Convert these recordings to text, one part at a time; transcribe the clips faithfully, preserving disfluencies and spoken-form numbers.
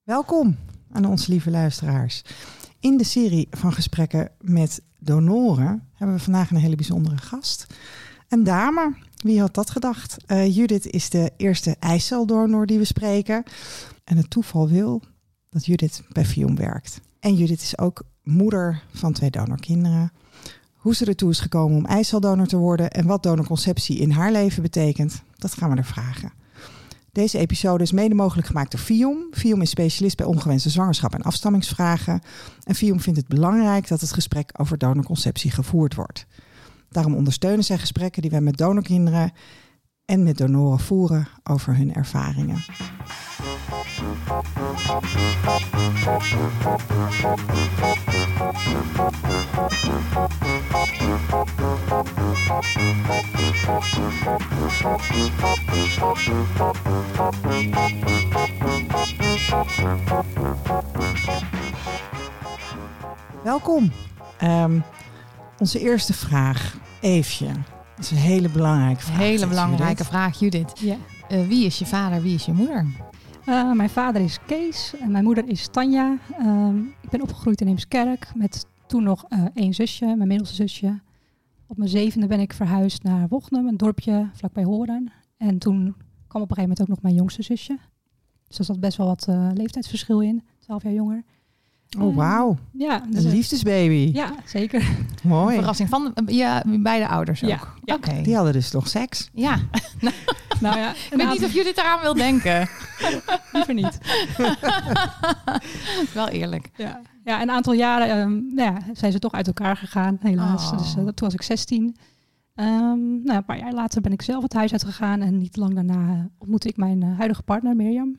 Welkom aan onze lieve luisteraars. In de serie van gesprekken met donoren hebben we vandaag een hele bijzondere gast. Een dame, wie had dat gedacht? Uh, Judith is de eerste eiceldonor die we spreken. En het toeval wil dat Judith bij Fium werkt. En Judith is ook moeder van twee donorkinderen. Hoe ze ertoe is gekomen om eiceldonor te worden en wat donorconceptie in haar leven betekent, dat gaan we er vragen. Deze episode is mede mogelijk gemaakt door Fium. Fium is specialist bij ongewenste zwangerschap en afstammingsvragen. En Fium vindt het belangrijk dat het gesprek over donorconceptie gevoerd wordt. Daarom ondersteunen zij gesprekken die wij met donorkinderen en met donoren voeren over hun ervaringen. Welkom. Um, onze eerste vraag, Eefje. Dat is een hele belangrijke vraag. Een hele belangrijke vraag, Judith. Ja. Uh, wie is je vader, wie is je moeder? Uh, mijn vader is Kees en mijn moeder is Tanja. Uh, ik ben opgegroeid in Heemskerk met toen nog uh, één zusje, mijn middelste zusje. Op mijn zevende ben ik verhuisd naar Wochnum, een dorpje vlakbij Horen. En toen kwam op een gegeven moment ook nog mijn jongste zusje. Dus er zat best wel wat uh, leeftijdsverschil in, twaalf jaar jonger. Oh, wauw. Ja, dus een liefdesbaby. Ja, zeker. Mooi. Verrassing van ja, beide ouders ook. Ja, ja. Oké. Die hadden dus nog seks. Ja. Nou ja, ik weet niet of jullie eraan wil denken. Liever niet. Wel eerlijk. Ja, ja een aantal jaren um, nou ja, zijn ze toch uit elkaar gegaan, helaas. Oh. Dus uh, toen was ik zestien. Um, nou, een paar jaar later ben ik zelf het huis uitgegaan. En niet lang daarna ontmoette ik mijn uh, huidige partner, Mirjam.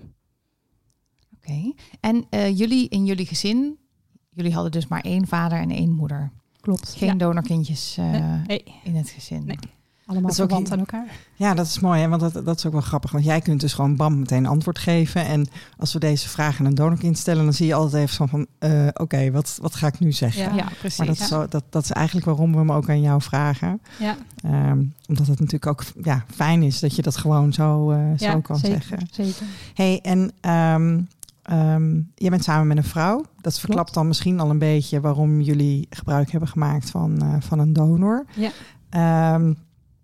Oké. Okay. En uh, jullie in jullie gezin, jullie hadden dus maar één vader en één moeder. Klopt. Geen ja. donorkindjes uh, nee, nee. in het gezin. Nee. Allemaal verwant aan elkaar. Ja, dat is mooi, hè? Want dat, dat is ook wel grappig. Want jij kunt dus gewoon bam meteen antwoord geven. En als we deze vraag aan een donorkind stellen, dan zie je altijd even van, uh, oké, okay, wat, wat ga ik nu zeggen? Ja, ja precies. Maar dat, ja. is zo, dat, dat is eigenlijk waarom we hem ook aan jou vragen. Ja. Um, omdat het natuurlijk ook ja, fijn is dat je dat gewoon zo, uh, ja, zo kan zeker, zeggen. Zeker. Hey, en um, um, je bent samen met een vrouw. Dat verklapt Klopt. Dan misschien al een beetje waarom jullie gebruik hebben gemaakt van, uh, van een donor. Ja. Um,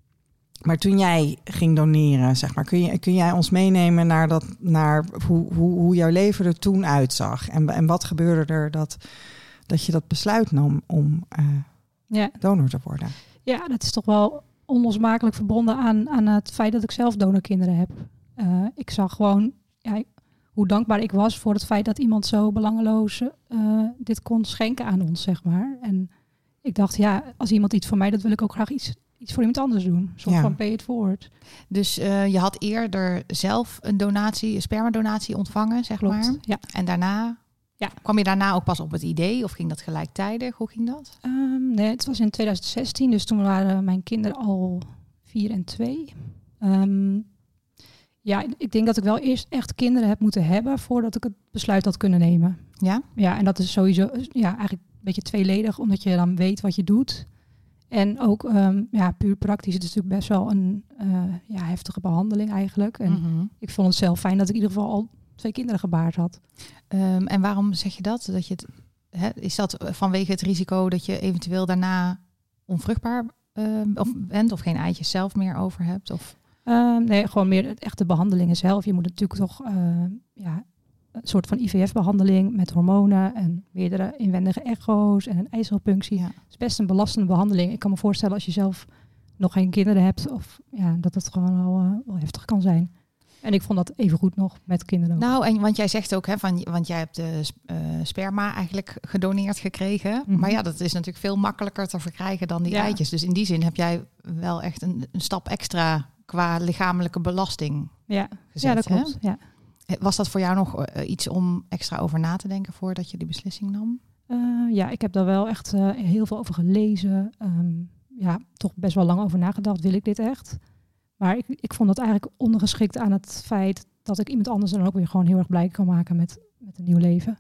Maar toen jij ging doneren, zeg maar, kun, je, kun jij ons meenemen naar, dat, naar hoe, hoe, hoe jouw leven er toen uitzag? En, en wat gebeurde er dat, dat je dat besluit nam om uh, ja. donor te worden? Ja, dat is toch wel onlosmakelijk verbonden aan, aan het feit dat ik zelf donorkinderen heb. Uh, ik zag gewoon ja, hoe dankbaar ik was voor het feit dat iemand zo belangeloos uh, dit kon schenken aan ons, zeg maar. En ik dacht, ja, als iemand iets voor mij, dat wil ik ook graag iets... iets voor iemand anders doen. Een soort ja. van pay it forward. Dus uh, je had eerder zelf een donatie, een spermadonatie ontvangen, zeg Klopt, maar. Ja. En daarna, ja. kwam je daarna ook pas op het idee? Of ging dat gelijktijdig? Hoe ging dat? Um, nee, het was in twintig zestien. Dus toen waren mijn kinderen al vier en twee. Um, ja, ik denk dat ik wel eerst echt kinderen heb moeten hebben voordat ik het besluit had kunnen nemen. Ja? Ja, en dat is sowieso ja, eigenlijk een beetje tweeledig, omdat je dan weet wat je doet. En ook um, ja, puur praktisch, het is natuurlijk best wel een uh, ja, heftige behandeling eigenlijk. En mm-hmm. ik vond het zelf fijn dat ik in ieder geval al twee kinderen gebaard had. Um, en waarom zeg je dat? dat je het, hè, is dat vanwege het risico dat je eventueel daarna onvruchtbaar uh, of bent of geen eitjes zelf meer over hebt? Of? Um, nee, gewoon meer echt de behandelingen zelf. Je moet natuurlijk toch uh, ja, een soort van I V F-behandeling met hormonen en meerdere inwendige echo's en een eicelpunctie. Ja. Het is best een belastende behandeling. Ik kan me voorstellen als je zelf nog geen kinderen hebt, of ja, dat het gewoon al uh, wel heftig kan zijn. En ik vond dat even goed nog met kinderen ook. Nou, en want jij zegt ook, hè, van, want jij hebt de uh, sperma eigenlijk gedoneerd gekregen. Mm-hmm. Maar ja, dat is natuurlijk veel makkelijker te verkrijgen dan die ja. eitjes. Dus in die zin heb jij wel echt een, een stap extra qua lichamelijke belasting ja. gezet. Ja, dat klopt. Hè? Ja. Was dat voor jou nog uh, iets om extra over na te denken voordat je die beslissing nam? Uh, ja, ik heb daar wel echt uh, heel veel over gelezen. Um, ja, toch best wel lang over nagedacht. Wil ik dit echt? Maar ik, ik vond dat eigenlijk ondergeschikt aan het feit dat ik iemand anders dan ook weer gewoon heel erg blij kan maken met, met een nieuw leven.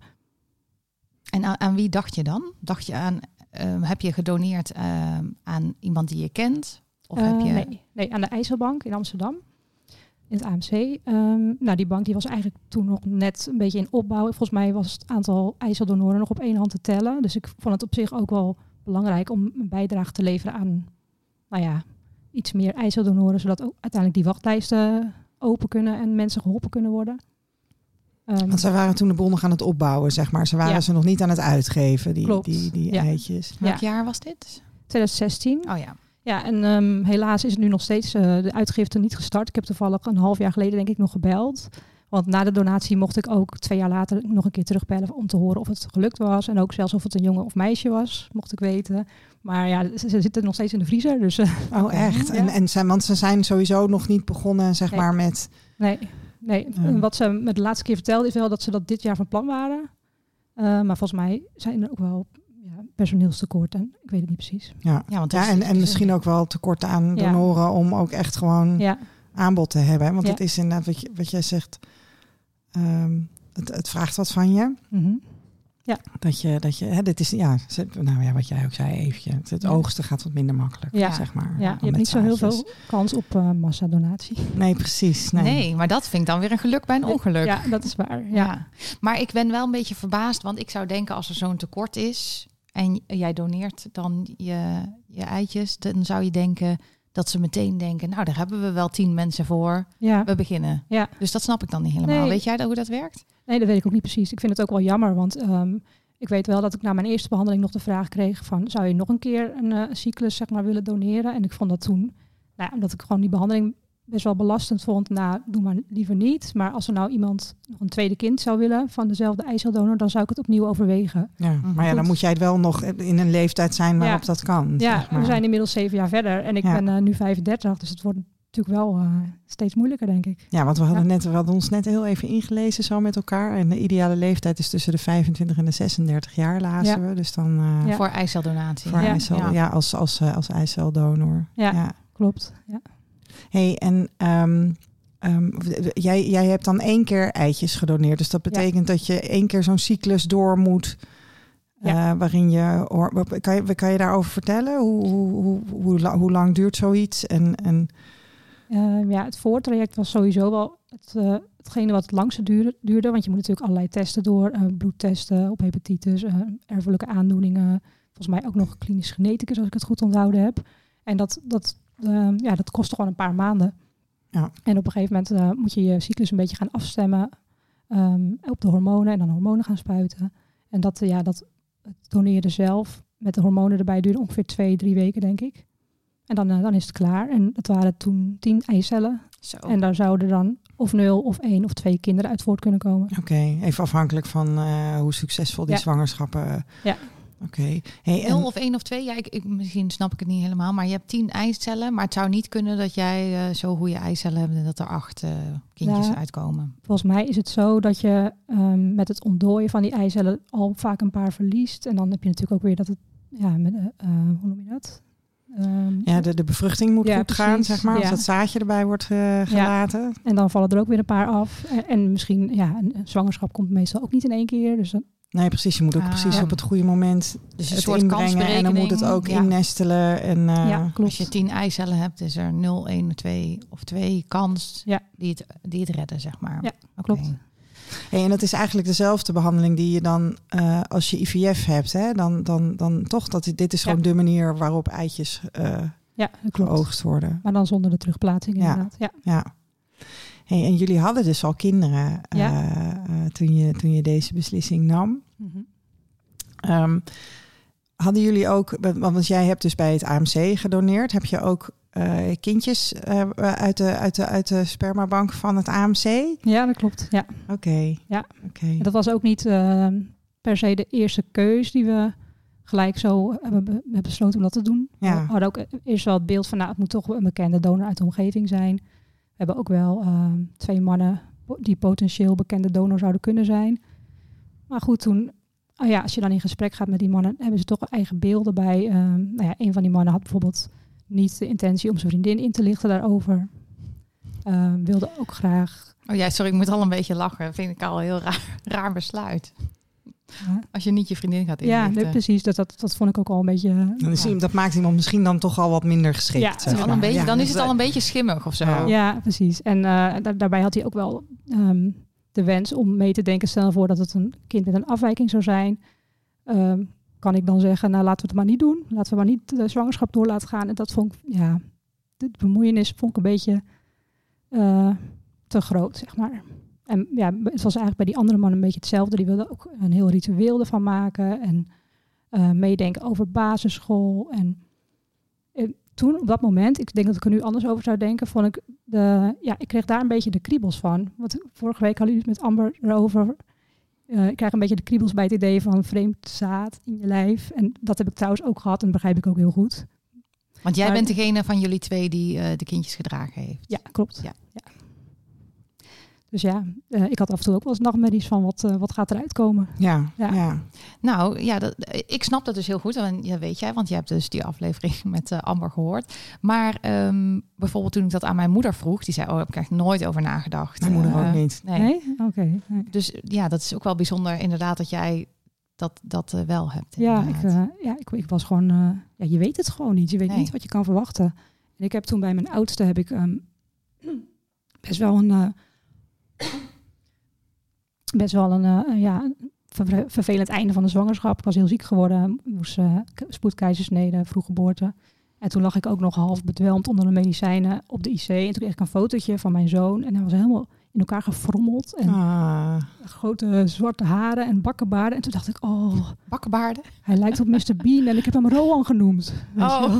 En aan, aan wie dacht je dan? Dacht je aan, uh, heb je gedoneerd uh, aan iemand die je kent? Of uh, heb je... nee, nee, aan de IJsselbank in Amsterdam. in het A M C. Um, nou, die bank die was eigenlijk toen nog net een beetje in opbouw. Volgens mij was het aantal eiceldonoren nog op één hand te tellen. Dus ik vond het op zich ook wel belangrijk om een bijdrage te leveren aan, nou ja, iets meer eiceldonoren, zodat ook uiteindelijk die wachtlijsten open kunnen en mensen geholpen kunnen worden. Um, Want zij waren toen de boel nog aan het opbouwen, zeg maar. Ze waren Ja. ze nog niet aan het uitgeven, die, Klopt. die, die Ja. eitjes. Welk Ja. jaar was dit? twintig zestien. Oh ja. Ja, en um, helaas is het nu nog steeds uh, de uitgifte niet gestart. Ik heb toevallig een half jaar geleden denk ik nog gebeld. Want na de donatie mocht ik ook twee jaar later nog een keer terugbellen om te horen of het gelukt was. En ook zelfs of het een jongen of meisje was, mocht ik weten. Maar ja, ze, ze zitten nog steeds in de vriezer. Dus, uh, Oh, echt? Ja. En, en zijn, want ze zijn sowieso nog niet begonnen, zeg Nee. maar, met... nee, nee. Ja. Wat ze me de laatste keer vertelde is wel dat ze dat dit jaar van plan waren. Uh, maar volgens mij zijn er ook wel ja, personeelstekorten. Ik weet het niet precies. Ja, Ja, want ja dat is- en, dat en is- misschien ook wel tekort aan Ja. donoren om ook echt gewoon Ja, aanbod te hebben. Want Ja. het is inderdaad wat, je, wat jij zegt, um, het, het vraagt wat van je. mm-hmm. Dat je, dat je hè, dit is, ja, ze- nou ja, wat jij ook zei, eventje. Het Ja. oogsten gaat wat minder makkelijk, Ja. zeg maar. Ja, dan je hebt met niet zo heel zaadjes. veel kans op uh, massadonatie. Nee, precies. Nee. Nee. maar dat vind ik dan weer een geluk bij een ongeluk. Ja, dat is waar. Ja. Ja. Maar ik ben wel een beetje verbaasd, want ik zou denken als er zo'n tekort is en jij doneert dan je, je eitjes, dan zou je denken dat ze meteen denken, nou daar hebben we wel tien mensen voor, Ja. we beginnen. Ja. Dus dat snap ik dan niet helemaal. Nee. Weet jij dan hoe dat werkt? Nee, dat weet ik ook niet precies. Ik vind het ook wel jammer, want um, ik weet wel dat ik na mijn eerste behandeling nog de vraag kreeg van, zou je nog een keer een uh, cyclus zeg maar willen doneren? En ik vond dat toen, nou ja, omdat ik gewoon die behandeling best wel belastend vond, nou, doe maar liever niet. Maar als er nou iemand nog een tweede kind zou willen van dezelfde eiceldonor, dan zou ik het opnieuw overwegen. Ja, maar ja, dan Goed. moet jij wel nog in een leeftijd zijn waarop Ja. dat kan. Ja, zeg maar. we zijn inmiddels zeven jaar verder en ik Ja. ben uh, nu vijfendertig, dus het wordt natuurlijk wel uh, steeds moeilijker, denk ik. Ja, want we hadden, Ja. net, we hadden ons net heel even ingelezen zo met elkaar. En de ideale leeftijd is tussen de vijfentwintig en de zesendertig jaar, lazen Ja. we. Dus dan uh, Ja. Voor eiceldonatie. voor Ja. eicel, ja. Ja. als, als, uh, als eiceldonor. Ja. ja. Klopt. Ja. Hey, en um, um, jij, jij hebt dan één keer eitjes gedoneerd. Dus dat betekent dat je één keer zo'n cyclus door moet. Ja. Uh, waarin je, hoor- kan je... Kan je daarover vertellen? Hoe, hoe, hoe, hoe, lang, hoe lang duurt zoiets? En, en... Uh, ja, het voortraject was sowieso wel het, uh, hetgene wat het langste duurde, duurde. Want je moet natuurlijk allerlei testen door. Uh, bloedtesten op hepatitis, uh, erfelijke aandoeningen. Volgens mij ook nog klinisch geneticus, als ik het goed onthouden heb. En dat, dat, uh, ja, dat kostte gewoon een paar maanden. Ja. En op een gegeven moment uh, moet je je cyclus een beetje gaan afstemmen um, op de hormonen. En dan hormonen gaan spuiten. En dat, uh, ja, dat het doneren zelf met de hormonen erbij duurde ongeveer twee, drie weken, denk ik. En dan, uh, dan is het klaar. En het waren toen tien eicellen. Zo. En daar zouden dan of nul of één of twee kinderen uit voort kunnen komen. Oké, okay, even afhankelijk van uh, hoe succesvol die Ja. zwangerschappen... Ja. Oké. Okay. Hey, Nul en... of één of twee, ja, ik, ik, misschien snap ik het niet helemaal, maar je hebt tien eicellen, maar het zou niet kunnen dat jij uh, zo goede eicellen hebt en dat er acht uh, kindjes Ja. uitkomen. Volgens mij is het zo dat je um, met het ontdooien van die eicellen al vaak een paar verliest. En dan heb je natuurlijk ook weer dat het, ja, met, uh, hoe noem je dat? Um, ja, de, de bevruchting moet ja, goed precies. gaan, zeg maar. Als Ja. dat zaadje erbij wordt uh, gelaten. Ja. En dan vallen er ook weer een paar af. En, en misschien, ja, een, een zwangerschap komt meestal ook niet in één keer. Dus dan, Nee, precies. Je moet ook ah, precies ja. op het goede moment Dus een het soort inbrengen. En dan moet het ook ja. innestelen. En, uh, ja, klopt. Als je tien eicellen hebt, is er nul, één, twee of twee kans Ja. die, het, die het redden, zeg maar. Ja, okay. klopt. Hey, en dat is eigenlijk dezelfde behandeling die je dan uh, als je I V F hebt. Hè? Dan, dan, dan toch, dat dit is gewoon Ja. de manier waarop eitjes uh, Ja, dat klopt. geoogst worden. Maar dan zonder de terugplaatsing Ja. inderdaad. Ja. Ja. Hey, en jullie hadden dus al kinderen uh, Ja. uh, toen, je, toen je deze beslissing nam. Mm-hmm. Um, hadden jullie ook, want jij hebt dus bij het A M C gedoneerd. Heb je ook uh, kindjes uh, uit, de, uit, de, uit de spermabank van het A M C? Ja, dat klopt. Ja. Oké. Okay. Ja. Okay. Dat was ook niet uh, per se de eerste keus die we gelijk zo hebben, hebben besloten om dat te doen. Ja. We hadden ook eerst wel het beeld van, nou, het moet toch een bekende donor uit de omgeving zijn. We hebben ook wel uh, twee mannen die potentieel bekende donor zouden kunnen zijn. Maar goed, toen, oh ja, als je dan in gesprek gaat met die mannen, hebben ze toch eigen beelden bij. Uh, nou ja, een van die mannen had bijvoorbeeld niet de intentie om zijn vriendin in te lichten daarover. Uh, wilde ook graag... Oh ja, sorry, ik moet al een beetje lachen. Dat vind ik al een heel raar, raar besluit. Ja. Als je niet je vriendin gaat Ja, inlichten. nee, precies. Dat, dat, dat vond ik ook al een beetje... Dan is, dat maakt iemand misschien dan toch al wat minder geschikt. Ja, zeg Al maar. een beetje, Ja, dan is dus het al een beetje schimmig of zo. Ja. Ja, precies. En uh, daar, daarbij had hij ook wel um, de wens om mee te denken. Stel voor dat het een kind met een afwijking zou zijn. Um, kan ik dan zeggen, nou laten we het maar niet doen. Laten we maar niet de zwangerschap door laten gaan. En dat vond ik, ja, de bemoeienis vond ik een beetje uh, te groot, zeg maar. En ja, het was eigenlijk bij die andere man een beetje hetzelfde. Die wilde ook een heel ritueel ervan maken. En uh, meedenken over basisschool. En, en toen, op dat moment, ik denk dat ik er nu anders over zou denken, vond ik de, ja, ik kreeg daar een beetje de kriebels van. Want vorige week hadden jullie het met Amber erover. Uh, ik krijg een beetje de kriebels bij het idee van vreemd zaad in je lijf. En dat heb ik trouwens ook gehad en dat begrijp ik ook heel goed. Want jij maar, bent degene van jullie twee die uh, de kindjes gedragen heeft. Ja, klopt. Ja. Ja. Dus ja, uh, ik had af en toe ook wel eens nachtmerries van wat, uh, wat gaat eruit komen. Ja, ja. ja. Nou, ja, dat, ik snap dat dus heel goed. En ja, weet jij, want je hebt dus die aflevering met uh, Amber gehoord. Maar um, bijvoorbeeld toen ik dat aan mijn moeder vroeg, die zei, oh, daar heb ik echt nooit over nagedacht. Mijn moeder uh, ook niet. Nee? nee? Oké. Okay, nee. Dus ja, dat is ook wel bijzonder inderdaad dat jij dat, dat uh, wel hebt. Ja, ik, uh, ja ik, ik was gewoon, uh, ja, je weet het gewoon niet. Je weet nee. niet wat je kan verwachten. En ik heb toen bij mijn oudste heb ik um, best wel een... Uh, best wel een uh, ja, ver- vervelend einde van de zwangerschap. Ik was heel ziek geworden, moest uh, spoedkeizersnede, vroeggeboorte. En toen lag ik ook nog half bedwelmd onder de medicijnen op de I C. En toen kreeg ik een fotootje van mijn zoon. En hij was helemaal in elkaar gefrommeld. En ah. grote zwarte haren en bakkenbaarden. En toen dacht ik, oh... Bakkenbaarden? Hij lijkt op mister Bean en ik heb hem Rowan genoemd. Oh.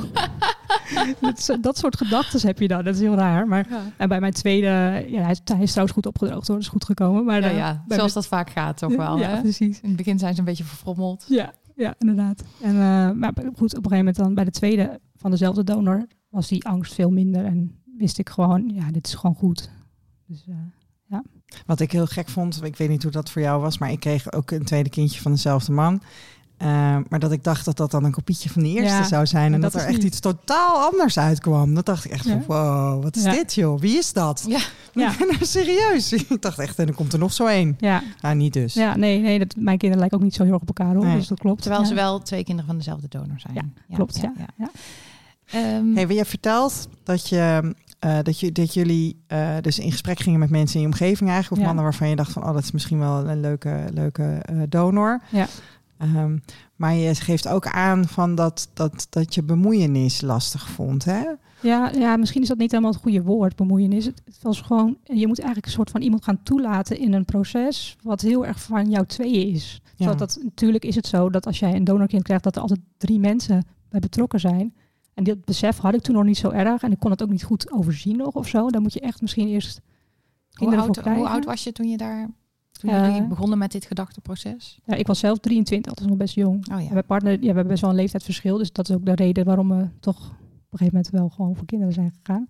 dat, dat soort gedachten heb je dan. Dat is heel raar. Maar ja. En bij mijn tweede... Ja, hij, hij is trouwens goed opgedroogd hoor. Dat is goed gekomen. Maar ja, uh, ja. Zoals mijn... dat vaak gaat toch wel. Ja, hè? precies. In het begin zijn ze een beetje verfrommeld. Ja, ja inderdaad. En, uh, maar goed, op een gegeven moment dan bij de tweede van dezelfde donor was die angst veel minder. En wist ik gewoon, ja, dit is gewoon goed. Dus uh, ja. Wat ik heel gek vond, ik weet niet hoe dat voor jou was, maar ik kreeg ook een tweede kindje van dezelfde man. Uh, maar dat ik dacht dat dat dan een kopietje van de eerste ja, zou zijn. En, en dat, dat er echt niet. iets totaal anders uitkwam. Dat dacht ik echt ja. van, wow, wat is ja. dit joh? Wie is dat? Ja. Ja. Nou, serieus. Ik dacht echt, en er komt er nog zo één. Ja. Nou, niet dus. Ja, nee, nee dat, mijn kinderen lijken ook niet zo heel erg op elkaar hoor. Nee. Dus dat klopt. Terwijl ja. ze wel twee kinderen van dezelfde donor zijn. Ja, ja. klopt. Ja. Ja. Ja. Ja. Um, hey, je vertelt dat je... Uh, dat, je, dat jullie uh, dus in gesprek gingen met mensen in je omgeving eigenlijk. Of ja. mannen waarvan je dacht van, oh, dat is misschien wel een leuke, leuke uh, donor. Ja. Um, maar je geeft ook aan van dat, dat, dat je bemoeienis lastig vond, hè? Ja, ja, misschien is dat niet helemaal het goede woord, bemoeienis. Het, het was gewoon, je moet eigenlijk een soort van iemand gaan toelaten in een proces wat heel erg van jou tweeën is. Ja. Zodat dat, natuurlijk is het zo dat als jij een donorkind krijgt, dat er altijd drie mensen bij betrokken zijn. En dat besef had ik toen nog niet zo erg. En ik kon het ook niet goed overzien nog of zo. Dan moet je echt misschien eerst kinderen hoe voor oud, krijgen. Hoe oud was je toen je daar... Toen uh, jullie begonnen met dit gedachteproces? Ja, ik was zelf drieëntwintig, dat is nog best jong. Oh, ja. En mijn partner, ja, we hebben best wel een leeftijdsverschil. Dus dat is ook de reden waarom we toch op een gegeven moment wel gewoon voor kinderen zijn gegaan.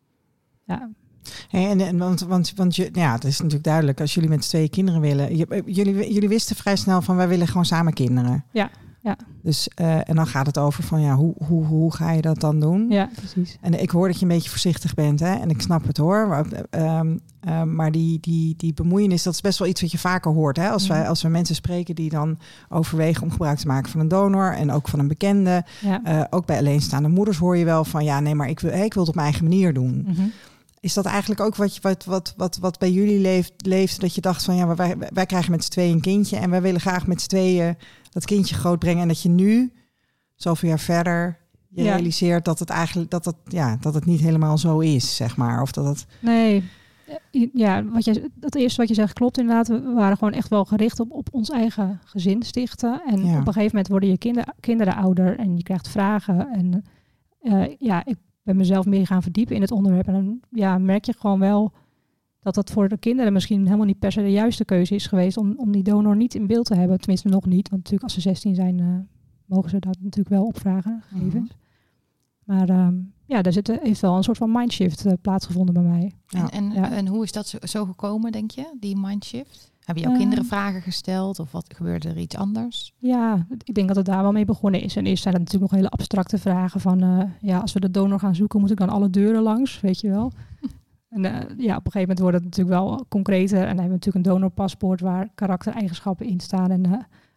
Ja. Hey, en, en want, want, want je, ja, het is natuurlijk duidelijk. Als jullie met z'n tweeën kinderen willen... Je, jullie, jullie wisten vrij snel van, wij willen gewoon samen kinderen. Ja. Ja. Dus, uh, en dan gaat het over van, ja, hoe, hoe, hoe ga je dat dan doen? Ja, precies. En ik hoor dat je een beetje voorzichtig bent, hè? En ik snap het hoor. Maar, um, um, maar die, die, die bemoeienis, dat is best wel iets wat je vaker hoort. Hè? Als, mm. wij, als we mensen spreken die dan overwegen om gebruik te maken van een donor en ook van een bekende. Ja. Uh, ook bij alleenstaande moeders hoor je wel van, ja, nee, maar ik wil, hey, ik wil het op mijn eigen manier doen. Mm-hmm. Is dat eigenlijk ook wat, wat, wat, wat, wat bij jullie leeft, leeft? Dat je dacht van, ja, wij, wij krijgen met z'n tweeën een kindje en wij willen graag met z'n tweeën dat kindje grootbrengen. En dat je nu, zoveel jaar verder, je ja. realiseert dat het eigenlijk dat het, ja, dat het niet helemaal zo is, zeg maar. Of dat het... Nee, ja, wat je, dat eerste wat je zegt klopt inderdaad. We waren gewoon echt wel gericht op, op ons eigen gezin stichten. En ja. op een gegeven moment worden je kinder, kinderen ouder en je krijgt vragen. En uh, ja, ik ben mezelf meer gaan verdiepen in het onderwerp. En dan ja, merk je gewoon wel dat dat voor de kinderen misschien helemaal niet per se de juiste keuze is geweest om, om die donor niet in beeld te hebben. Tenminste nog niet, want natuurlijk als ze zestien zijn uh, mogen ze dat natuurlijk wel opvragen. Mm-hmm. Maar um, ja, daar zit, heeft wel een soort van mindshift uh, plaatsgevonden bij mij. En, en, ja. en hoe is dat zo, zo gekomen, denk je, die mindshift? Hebben jouw uh, kinderen vragen gesteld of wat gebeurde er iets anders? Ja, ik denk dat het daar wel mee begonnen is. En eerst zijn het natuurlijk nog hele abstracte vragen van... Uh, ja, als we de donor gaan zoeken, moet ik dan alle deuren langs, weet je wel. En uh, ja, op een gegeven moment wordt het natuurlijk wel concreter. En dan hebben we natuurlijk een donorpaspoort waar karaktereigenschappen in staan. En uh,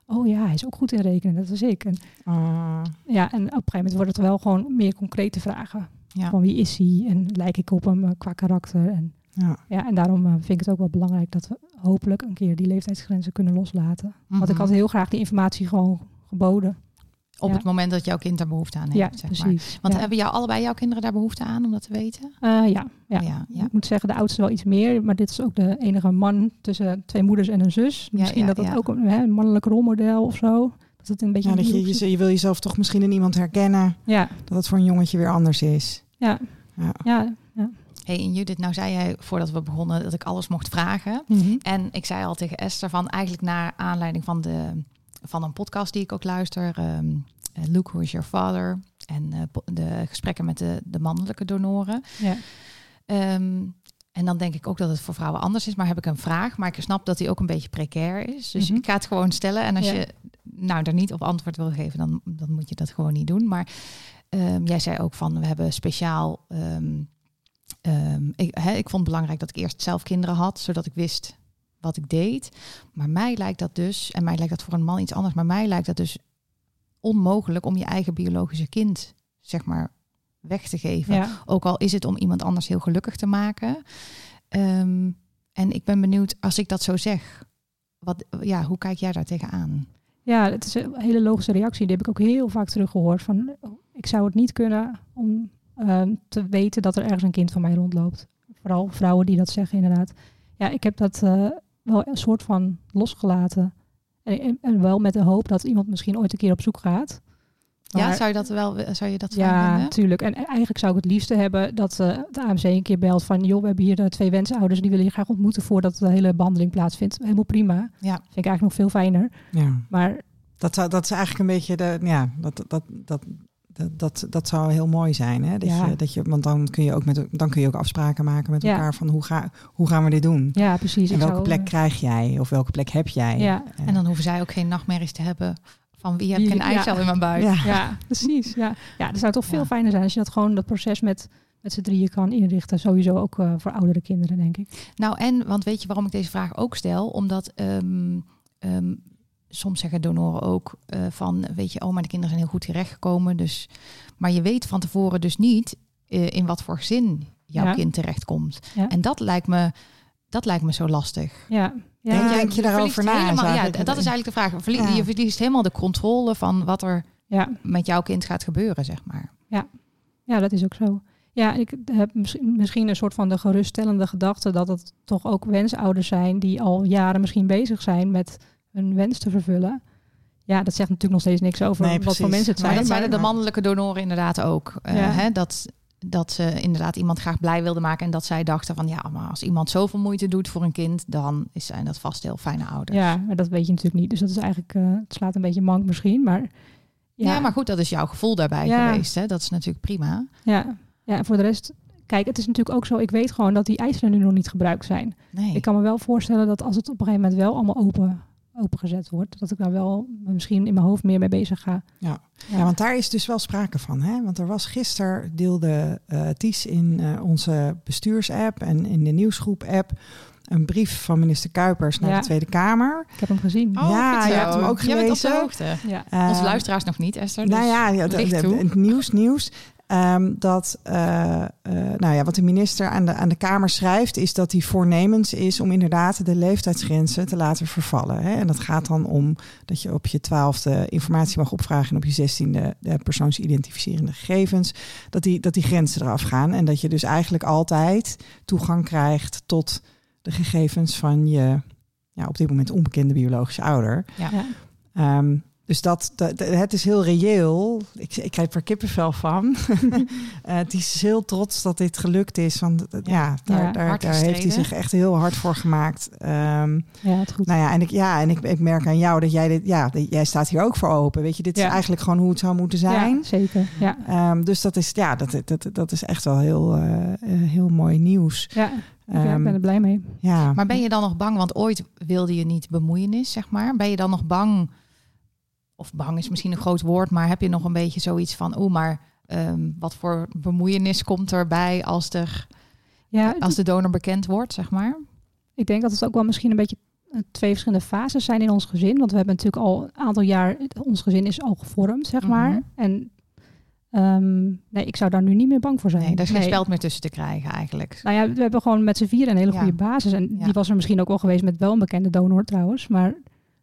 oh ja, hij is ook goed in rekenen, dat was ik. En, Uh, ja, en op een gegeven moment worden het wel gewoon meer concrete vragen. Ja. Van wie is hij en lijk ik op hem uh, qua karakter. En, ja. ja, en daarom uh, vind ik het ook wel belangrijk dat we hopelijk een keer die leeftijdsgrenzen kunnen loslaten. Mm-hmm. Want ik had heel graag die informatie gewoon geboden. Op ja. het moment dat jouw kind daar behoefte aan heeft. Ja, zeg precies. Maar. Want ja. hebben jou allebei jouw kinderen daar behoefte aan om dat te weten? Uh, ja, ja. Ja, ja. Ik moet zeggen, de oudste wel iets meer. Maar dit is ook de enige man tussen twee moeders en een zus. Ja, Misschien ja, dat dat ja. ook een, hè, een mannelijk rolmodel of zo. Dat het een beetje Ja, een dat je, hielp- je, je wil jezelf toch misschien in iemand herkennen. Ja, Dat het voor een jongetje weer anders is. ja, Ja. ja. ja. Hey, en Judith, nou zei jij voordat we begonnen dat ik alles mocht vragen. Mm-hmm. En ik zei al tegen Esther van eigenlijk naar aanleiding van, de, van een podcast die ik ook luister. Um, Luke, Who is Your Father? En uh, de gesprekken met de, de mannelijke donoren. Ja. Um, en dan denk ik ook dat het voor vrouwen anders is. Maar heb ik een vraag. Maar ik snap dat die ook een beetje precair is. Dus Mm-hmm. ik ga het gewoon stellen. En als Ja. je nou daar niet op antwoord wil geven, dan, dan moet je dat gewoon niet doen. Maar um, jij zei ook van, we hebben speciaal... Um, um, ik, he, ik vond het belangrijk dat ik eerst zelf kinderen had, zodat ik wist wat ik deed. Maar mij lijkt dat dus, en mij lijkt dat voor een man iets anders, maar mij lijkt dat dus onmogelijk om je eigen biologische kind, zeg maar, weg te geven. Ja. Ook al is het om iemand anders heel gelukkig te maken. Um, en ik ben benieuwd, als ik dat zo zeg, wat, ja, hoe kijk jij daar tegenaan? Ja, het is een hele logische reactie. Die heb ik ook heel vaak teruggehoord. Van, ik zou het niet kunnen om uh, te weten dat er ergens een kind van mij rondloopt. Vooral vrouwen die dat zeggen inderdaad. Ja, ik heb dat uh, wel een soort van losgelaten. En, en, en wel met de hoop dat iemand misschien ooit een keer op zoek gaat. Maar, ja, zou je dat wel, zou je dat fijn ja, vinden? natuurlijk. En eigenlijk zou ik het liefste hebben dat uh, de A M C een keer belt van, joh, we hebben hier uh, twee wensouders, die willen je graag ontmoeten voordat de hele behandeling plaatsvindt. Helemaal prima. Ja. Vind ik eigenlijk nog veel fijner. Ja. Maar Dat, zou, dat is eigenlijk een beetje de, ja, dat, dat, dat, dat, dat, dat zou heel mooi zijn. Hè? Dat Ja. je, dat je, want dan kun je ook met, dan kun je ook afspraken maken met Ja. elkaar van hoe, ga, hoe gaan we dit doen? ja, precies. En Ik welke zou, plek uh, krijg jij? Of welke plek heb jij? Ja. En, En dan hoeven zij ook geen nachtmerries te hebben van wie heb Wie- ik een eicel ja. in mijn buik. Ja. Ja, precies. Ja, ja het zou toch veel Ja. fijner zijn als je dat gewoon dat proces met, met z'n drieën kan inrichten. Sowieso ook uh, voor oudere kinderen, denk ik. Nou, en, want weet je waarom ik deze vraag ook stel? Omdat um, um, soms zeggen donoren ook uh, van, weet je, oh, maar de kinderen zijn heel goed terechtgekomen. Dus, maar je weet van tevoren dus niet uh, in wat voor gezin jouw Ja. kind terechtkomt. Ja. En dat lijkt me, dat lijkt me zo lastig. Ja, ja, Denk- ja, denk je daarover verliest na? helemaal- Is ja, eigenlijk- dat is eigenlijk de vraag. Verlie- Ja. Je verliest helemaal de controle van wat er ja, met jouw kind gaat gebeuren, zeg maar. ja, dat is ook zo. Ja, ik heb misschien, misschien een soort van de geruststellende gedachte dat het toch ook wensouders zijn die al jaren misschien bezig zijn met hun wens te vervullen. Ja, dat zegt natuurlijk nog steeds niks over Nee, wat precies. voor mensen het Maar zijn. dat maar- zeiden de mannelijke donoren inderdaad ook. Uh, Ja. hè, dat, dat ze inderdaad iemand graag blij wilden maken. En dat zij dachten van ja, maar als iemand zoveel moeite doet voor een kind, dan is- zijn dat vast heel fijne ouders. Ja, maar dat weet je natuurlijk niet. Dus dat is eigenlijk, uh, het slaat een beetje mank misschien. Maar Ja. ja, maar goed, dat is jouw gevoel daarbij Ja. geweest. Hè? Dat is natuurlijk prima. ja, ja, en voor de rest, kijk, het is natuurlijk ook zo. Ik weet gewoon dat die eisen nu nog niet gebruikt zijn. Nee. Ik kan me wel voorstellen dat als het op een gegeven moment wel allemaal open, opengezet wordt, dat ik daar wel misschien in mijn hoofd meer mee bezig ga. Ja. Ja, want daar is dus wel sprake van. Hè? Want er was gisteren, deelde uh, Ties in uh, onze bestuursapp en in de nieuwsgroep-app een brief van minister Kuipers naar Ja. de Tweede Kamer. Ik heb hem gezien. Oh, Ja, goed je zo. hebt hem ook Jij bent op de gelezen. hoogte. Ja. Uh, Onze luisteraars nog niet, Esther. Nou dus ja, ja de, licht de- toe. het nieuws, nieuws. Um, dat, uh, uh, nou ja, wat de minister aan de, aan de Kamer schrijft, is dat hij voornemens is om inderdaad de leeftijdsgrenzen te laten vervallen. Hè? En dat gaat dan om dat je op je twaalfde informatie mag opvragen en op je zestiende de persoonsidentificerende gegevens. Dat die, dat die grenzen eraf gaan. En dat je dus eigenlijk altijd toegang krijgt tot de gegevens van je, ja, op dit moment onbekende biologische ouder. Ja. Ja. Um, dus dat, dat, het is heel reëel. Ik, ik krijg er kippenvel van. uh, het is heel trots dat dit gelukt is. Want ja, ja daar, Ja, daar, hard daar heeft hij gestreden. zich echt heel hard voor gemaakt. Um, Ja, het goed. nou ja, en ik, ja, en ik, ik merk aan jou dat jij dit, ja, dat, jij staat hier ook voor open. Weet je, dit Ja. is eigenlijk gewoon hoe het zou moeten zijn. Ja, zeker. Ja. Um, dus dat is, ja, dat, dat, dat is echt wel heel, uh, uh, heel mooi nieuws. Ja. Ja, ik Um, ben er blij mee. ja. Maar ben je dan nog bang? Want ooit wilde je niet bemoeienis, zeg maar. Ben je dan nog bang? Of bang is misschien een groot woord, maar heb je nog een beetje zoiets van, oeh, maar um, wat voor bemoeienis komt erbij als, er, Ja, als de donor bekend wordt, zeg maar? ik denk dat het ook wel misschien een beetje twee verschillende fases zijn in ons gezin. Want we hebben natuurlijk al een aantal jaar... Ons gezin is al gevormd, zeg maar. Mm-hmm. En um, nee, ik zou daar nu niet meer bang voor zijn. Nee, daar is geen nee. speld meer tussen te krijgen eigenlijk. Nou ja, we hebben gewoon met z'n vier een hele Ja. goede basis. En Ja. die was er misschien ook wel geweest met wel een bekende donor trouwens. Maar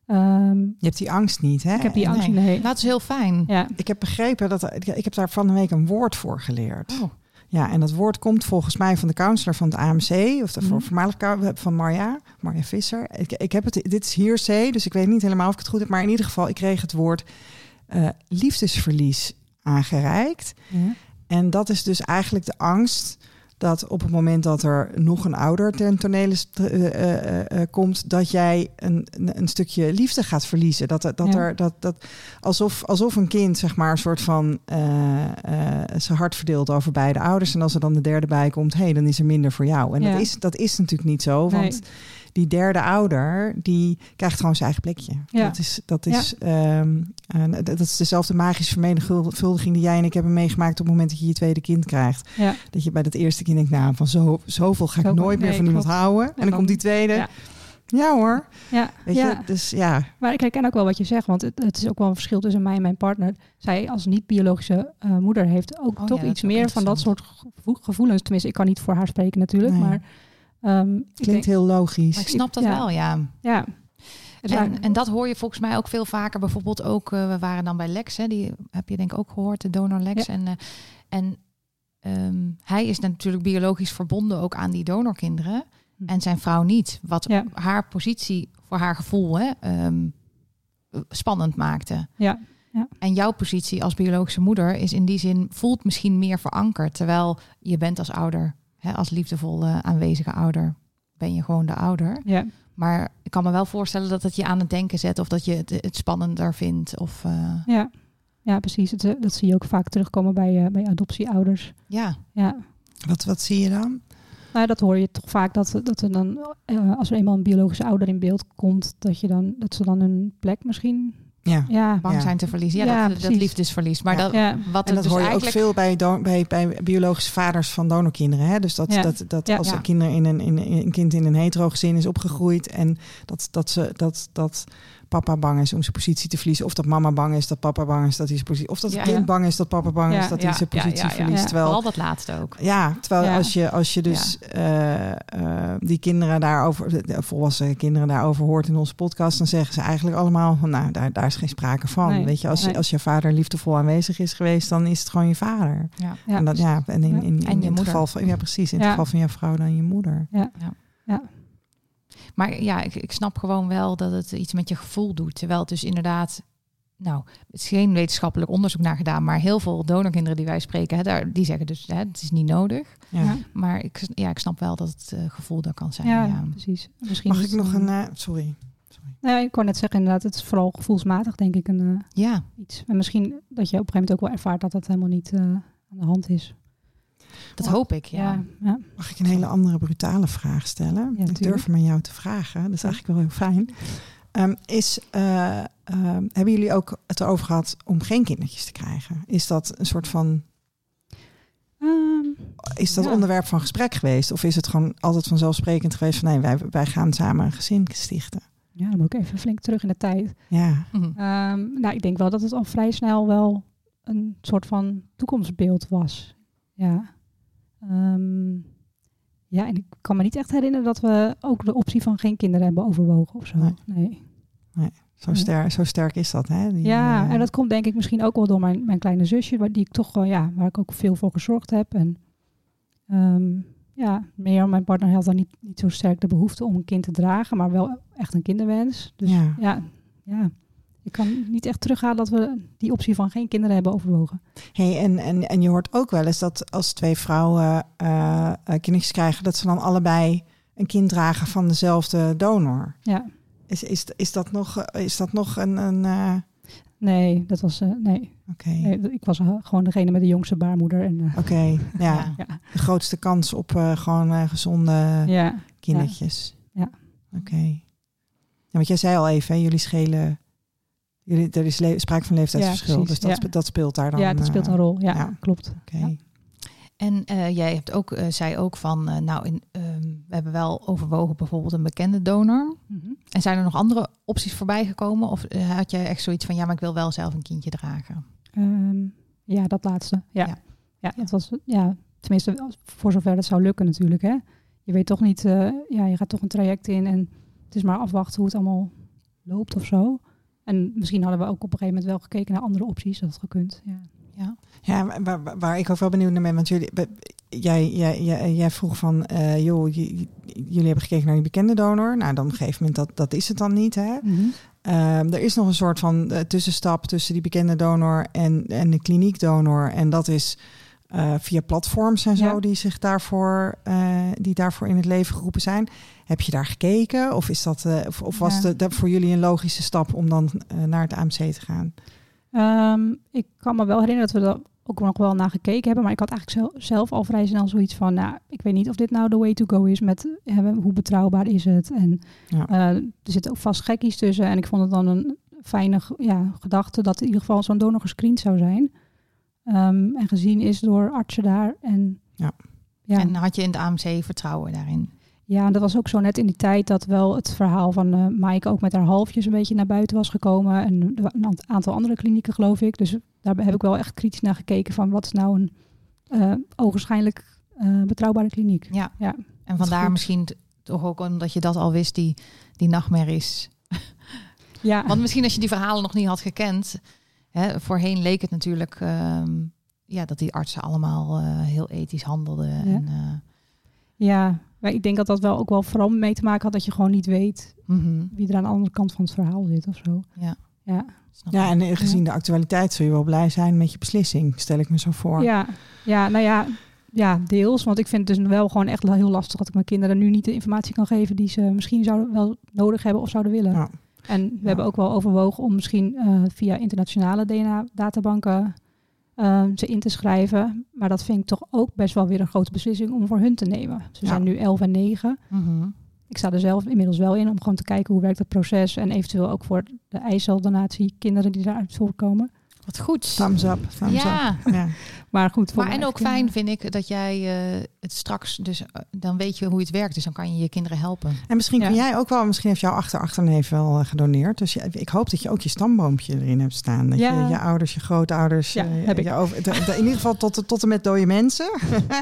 um, Je hebt die angst niet, hè? ik heb die angst Nee. nee. Dat is heel fijn. Ja. Ik heb begrepen dat... Ik heb daar van de week een woord voor geleerd. Oh. Ja, en dat woord komt volgens mij van de counselor van het A M C, of de Mm-hmm. voormalig counselor van Marja, Marja Visser. Ik, ik heb het, dit is hearsay, dus ik weet niet helemaal of ik het goed heb, maar in ieder geval, ik kreeg het woord uh, liefdesverlies aangereikt. Ja. En dat is dus eigenlijk de angst dat op het moment dat er nog een ouder ten tonele uh, uh, uh, komt, dat jij een, een stukje liefde gaat verliezen. Dat, dat Ja. er dat, dat alsof, alsof een kind zeg maar een soort van uh, uh, zijn hart verdeelt over beide ouders. En als er dan de derde bij komt, hé, hey, dan is er minder voor jou. En Ja. dat, is, dat is natuurlijk niet zo, want Nee. die derde ouder, die krijgt gewoon zijn eigen plekje. Ja. Dat is, dat is, ja. um, uh, dat is dezelfde magische vermenigvuldiging die jij en ik hebben meegemaakt op het moment dat je je tweede kind krijgt. Ja. Dat je bij dat eerste kind denkt, nou, van zo, zoveel ga ik Zoveel, nooit meer nee, van iemand klopt. houden. En, En dan, dan- komt die tweede. Ja. Ja, hoor. Ja. Weet ja. je, dus ja. Maar ik herken ook wel wat je zegt, want het, het is ook wel een verschil tussen mij en mijn partner. Zij als niet-biologische uh, moeder heeft ook Oh toch ja, dat iets is ook meer van dat soort gevo- gevoelens. Tenminste, ik kan niet voor haar spreken natuurlijk, Nee. maar... Um, ik Klinkt denk, heel logisch. Maar ik snap dat Ja. wel, ja. ja. Het lijkt- En, en dat hoor je volgens mij ook veel vaker. Bijvoorbeeld ook, uh, we waren dan bij Lex, hè, die heb je denk ik ook gehoord, de donor Lex. Ja. En, uh, en um, hij is natuurlijk biologisch verbonden ook aan die donorkinderen. Hm. En zijn vrouw niet. Wat Ja. haar positie voor haar gevoel hè, um, spannend maakte. Ja. Ja. En jouw positie als biologische moeder is in die zin, voelt misschien meer verankerd. Terwijl je bent als ouder, hè, als liefdevolle aanwezige ouder, ben je gewoon de ouder. Ja. Maar ik kan me wel voorstellen dat het je aan het denken zet of dat je het, het spannender vindt. Of, uh... Ja. Ja, precies. Het, dat zie je ook vaak terugkomen bij, uh, bij adoptieouders. Ja. Ja. Wat, wat zie je dan? Nou, dat hoor je toch vaak dat, dat er dan, uh, als er eenmaal een biologische ouder in beeld komt, dat je dan dat ze dan een plek misschien. Ja. Ja. bang Ja. zijn te verliezen. Ja, Ja, dat, dat precies. liefdesverlies. Maar Ja. dat, Ja. wat En dat dus hoor je ook eigenlijk... veel bij, don- bij, bij biologische vaders van donorkinderen. Hè? Dus dat, Ja. dat, dat Ja. als Ja. een, kinder in een, in, een kind in een hetero gezin is opgegroeid en dat, dat, ze, dat, dat papa bang is om zijn positie te verliezen. Of dat mama bang is dat papa bang is dat hij zijn positie... Of dat het Ja, kind ja. bang is dat papa bang Ja. is dat Ja, hij zijn ja, positie ja, ja. verliest. Ja. Terwijl, Vooral dat laatste ook. ja, terwijl Ja. als je, als je dus uh, uh, die kinderen daarover, de volwassen kinderen daarover hoort in onze podcast, dan zeggen ze eigenlijk allemaal van, nou, daar, daar is geen sprake van. Nee. Weet je, als, Nee. als je vader liefdevol aanwezig is geweest, dan is het gewoon je vader. Ja. Ja. En dat, ja, en in, in, in, En je in het moeder. geval van, ja, precies, in het Ja. geval van jouw vrouw dan je moeder. Ja. Ja. Ja. Maar ja, ik, ik snap gewoon wel dat het iets met je gevoel doet. Terwijl het dus inderdaad... Nou, het is geen wetenschappelijk onderzoek naar gedaan, maar heel veel donorkinderen die wij spreken, hè, daar, die zeggen dus, hè, het is niet nodig. Ja. Ja. Maar ik, ja, ik snap wel dat het uh, gevoel daar kan zijn. Ja, Ja. precies. Misschien Mag is ik het nog een... Uh, sorry. sorry. Nou ja, ik kon net zeggen inderdaad, het is vooral gevoelsmatig denk ik een uh, Ja. iets. En misschien dat je op een gegeven moment ook wel ervaart dat dat helemaal niet uh, aan de hand is. Dat Maar, hoop ik, ja. Ja, ja. Mag ik een hele andere brutale vraag stellen? Ja, ik tuurlijk. durf hem aan jou te vragen. Dat is eigenlijk wel heel fijn. Um, is, uh, uh, hebben jullie ook het erover gehad om geen kindertjes te krijgen? Is dat een soort van... Um, Is dat ja. onderwerp van gesprek geweest? Of is het gewoon altijd vanzelfsprekend geweest van nee, wij, wij gaan samen een gezin stichten? Ja, dan moet ik even flink terug in de tijd. Ja, Mhm. Um, nou, ik denk wel dat het al vrij snel wel een soort van toekomstbeeld was. Ja. Um, ja, en ik kan me niet echt herinneren dat we ook de optie van geen kinderen hebben overwogen of zo. Nee. Nee. zo, ster, zo sterk is dat, hè? Die, Ja, uh, en dat komt denk ik misschien ook wel door mijn, mijn kleine zusje, waar, die ik toch wel, ja, waar ik ook veel voor gezorgd heb. En um, ja, meer mijn partner had dan niet, niet zo sterk de behoefte om een kind te dragen, maar wel echt een kinderwens. Dus Ja. ja, ja. Ik kan niet echt terughalen dat we die optie van geen kinderen hebben overwogen. Hey, en, en, en je hoort ook wel eens dat als twee vrouwen uh, kindjes krijgen, dat ze dan allebei een kind dragen van dezelfde donor. Ja. Is, is, is dat nog, is dat nog een... een uh... Nee, dat was... Uh, nee. Oké. Nee, ik was uh, gewoon degene met de jongste baarmoeder. En, uh, Oké, okay, ja. Ja. ja. De grootste kans op uh, gewoon uh, gezonde Ja. kindertjes. Ja. Oké. Okay. Ja, want jij zei al even, hè, jullie schelen... Jullie, er is le- sprake van leeftijdsverschil, Ja, dus precies, dat, ja. dat speelt daar dan... Ja, dat speelt een rol. Ja, ja. klopt. Oké. Okay. Ja. En uh, jij hebt ook, uh, zei ook van, uh, nou, in, uh, we hebben wel overwogen bijvoorbeeld een bekende donor. Mm-hmm. En zijn er nog andere opties voorbij gekomen? Of uh, had jij echt zoiets van, ja, maar ik wil wel zelf een kindje dragen? Um, ja, dat laatste. Ja, ja. ja, ja. Het was, ja, tenminste, voor zover dat zou lukken natuurlijk. Hè. Je weet toch niet, uh, ja, je gaat toch een traject in en het is maar afwachten hoe het allemaal loopt of zo. En misschien hadden we ook op een gegeven moment wel gekeken naar andere opties. Dat had gekund, ja. Ja, ja waar, waar ik ook wel benieuwd naar ben, want jullie, jij, jij, jij, jij vroeg van, uh, joh, j, jullie hebben gekeken naar die bekende donor. Nou, dan op een gegeven moment, dat, dat is het dan niet, hè? Mm-hmm. Uh, er is nog een soort van uh, tussenstap tussen die bekende donor en, en de kliniekdonor. En dat is uh, via platforms en zo, ja. die zich daarvoor, uh, die daarvoor in het leven geroepen zijn. Heb je daar gekeken? Of, is dat, uh, of, of was ja. de, dat voor jullie een logische stap om dan uh, naar het A M C te gaan? Um, ik kan me wel herinneren dat we er ook nog wel naar gekeken hebben. Maar ik had eigenlijk zelf, zelf al vrij snel zoiets van... Nou, ik weet niet of dit nou de way to go is met uh, hoe betrouwbaar is het. En ja. uh, er zitten ook vast gekkies tussen. En ik vond het dan een fijne ja, gedachte dat in ieder geval zo'n donor gescreend zou zijn. Um, en gezien is door artsen daar. En, ja. Ja. En had je in het A M C vertrouwen daarin? Ja, dat was ook zo net in die tijd dat wel het verhaal van uh, Maaike ook met haar halfjes een beetje naar buiten was gekomen. En een aantal andere klinieken, geloof ik. Dus daar heb ik wel echt kritisch naar gekeken van wat is nou een uh, ogenschijnlijk uh, betrouwbare kliniek. Ja, ja. En vandaar misschien t- toch ook omdat je dat al wist, die, die nachtmerries. Ja. Want misschien als je die verhalen nog niet had gekend, hè, voorheen leek het natuurlijk um, ja, dat die artsen allemaal uh, heel ethisch handelden. Ja. En, uh, ja. Maar ik denk dat dat wel ook wel vooral mee te maken had dat je gewoon niet weet mm-hmm. wie er aan de andere kant van het verhaal zit of zo. Ja, ja. ja en gezien ja. de actualiteit zul je wel blij zijn met je beslissing, stel ik me zo voor. Ja, ja nou ja, ja, deels. Want ik vind het dus wel gewoon echt heel lastig dat ik mijn kinderen nu niet de informatie kan geven die ze misschien zouden wel nodig hebben of zouden willen. Ja. En we ja. hebben ook wel overwogen om misschien uh, via internationale D N A-databanken Uh, ze in te schrijven. Maar dat vind ik toch ook best wel weer een grote beslissing om voor hun te nemen. Ze ja. zijn nu elf en negen. Mm-hmm. Ik sta er zelf inmiddels wel in om gewoon te kijken hoe werkt het proces. En eventueel ook voor de eiceldonatie, kinderen die daaruit voorkomen. Wat goed. Thumbs up. Thumbs ja. up. ja. Maar goed. Maar en ook fijn vind ik dat jij uh, het straks, dus uh, dan weet je hoe het werkt. Dus dan kan je je kinderen helpen. En misschien ja. kun jij ook wel, misschien heeft jouw achter-achterneef wel uh, gedoneerd. Dus je, ik hoop dat je ook je stamboompje erin hebt staan. Dat ja. je je ouders, je grootouders, ja, uh, heb je ik. Over, de, de, in ieder geval tot, tot en met dode mensen.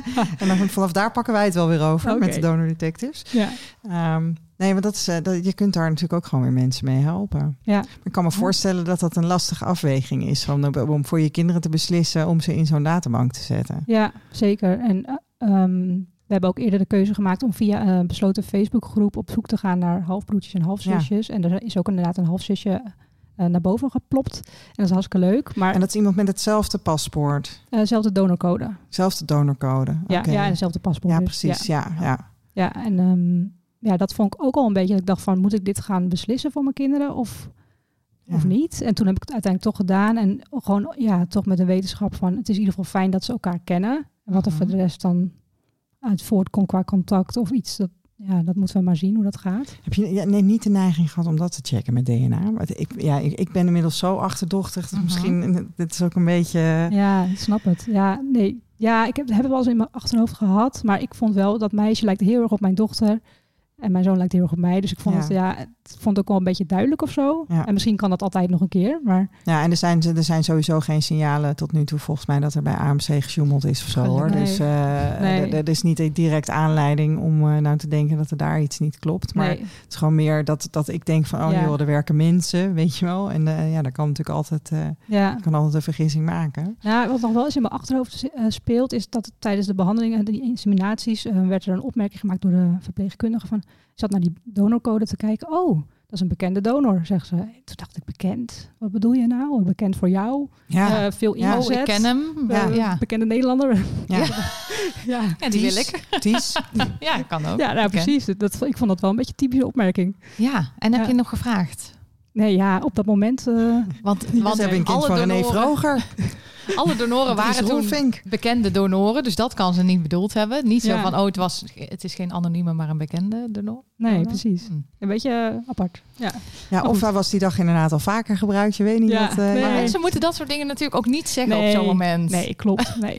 En dan vanaf daar pakken wij het wel weer over okay. met de donor detectives. Ja. Um, Nee, maar dat is, uh, dat, je kunt daar natuurlijk ook gewoon weer mensen mee helpen. Ja. Maar ik kan me voorstellen dat dat een lastige afweging is om, om voor je kinderen te beslissen om ze in zo'n databank te zetten. Ja, zeker. En uh, um, we hebben ook eerder de keuze gemaakt om via een besloten Facebookgroep op zoek te gaan naar halfbroertjes en halfzusjes. Ja. En er is ook inderdaad een halfzusje uh, naar boven geplopt. En dat is hartstikke leuk. Maar en dat is iemand met hetzelfde paspoort? Uh, zelfde donorcode. Zelfde donorcode. Ja, okay. ja, en hetzelfde paspoort. Ja, dus. precies. Ja, ja. ja. ja en... Um, Ja, dat vond ik ook al een beetje. Dat ik dacht van, moet ik dit gaan beslissen voor mijn kinderen of, ja. of niet? En toen heb ik het uiteindelijk toch gedaan. En gewoon, ja, toch met de wetenschap van... het is in ieder geval fijn dat ze elkaar kennen. En wat er voor de rest dan uit voortkomt qua contact of iets... Dat, ja, dat moeten we maar zien hoe dat gaat. Heb je ja, nee, niet de neiging gehad om dat te checken met D N A? Maar ik, ja, ik, ik ben inmiddels zo achterdochtig. Uh-huh. Misschien, dit is ook een beetje... Ja, ik snap het. Ja, nee. Ja, ik heb, heb het wel eens in mijn achterhoofd gehad. Maar ik vond wel, dat meisje lijkt heel erg op mijn dochter... En mijn zoon lijkt heel erg op mij. Dus ik vond, ja. Het, ja, het vond het ook wel een beetje duidelijk of zo. Ja. En misschien kan dat altijd nog een keer. Maar... Ja, en er zijn, er zijn sowieso geen signalen tot nu toe volgens mij dat er bij A M C gesjoemeld is of zo. Hoor. Nee. Dus uh, nee. er is niet direct aanleiding om uh, nou te denken dat er daar iets niet klopt. Maar nee. Het is gewoon meer dat, dat ik denk van, oh ja. joh, er werken mensen, weet je wel. En uh, ja, daar kan natuurlijk altijd, uh, ja. kan altijd een vergissing maken. Ja, wat nog wel eens in mijn achterhoofd uh, speelt, is dat tijdens de behandelingen, die inseminaties, uh, werd er een opmerking gemaakt door de verpleegkundige van... Ik zat naar die donorcode te kijken. Oh, dat is een bekende donor, zegt ze. Toen dacht ik, bekend? Wat bedoel je nou? Bekend voor jou? Ja. Uh, veel ja, inzet. Oh, ik ken hem. Ja. Uh, ja. Bekende Nederlander. Ja, ja. ja die wil ik. Ties. Ja, kan ook. Ja, nou, precies. Dat, ik vond dat wel een beetje een typische opmerking. Ja, en heb ja. je nog gevraagd? Nee, ja, op dat moment... Uh, want want ze hebben een kind van René Vroger. Alle donoren waren toen Rolfink. bekende donoren, dus dat kan ze niet bedoeld hebben. Niet zo ja. van, oh, het, was, het is geen anonieme, maar een bekende donor. Nee, donor. precies. Hmm. Een beetje uh, apart. Ja, ja of hij was die dag inderdaad al vaker gebruikt, je weet niet ja, wat. Uh, nee. Maar mensen moeten dat soort dingen natuurlijk ook niet zeggen nee, op zo'n moment. Nee, klopt. Nee.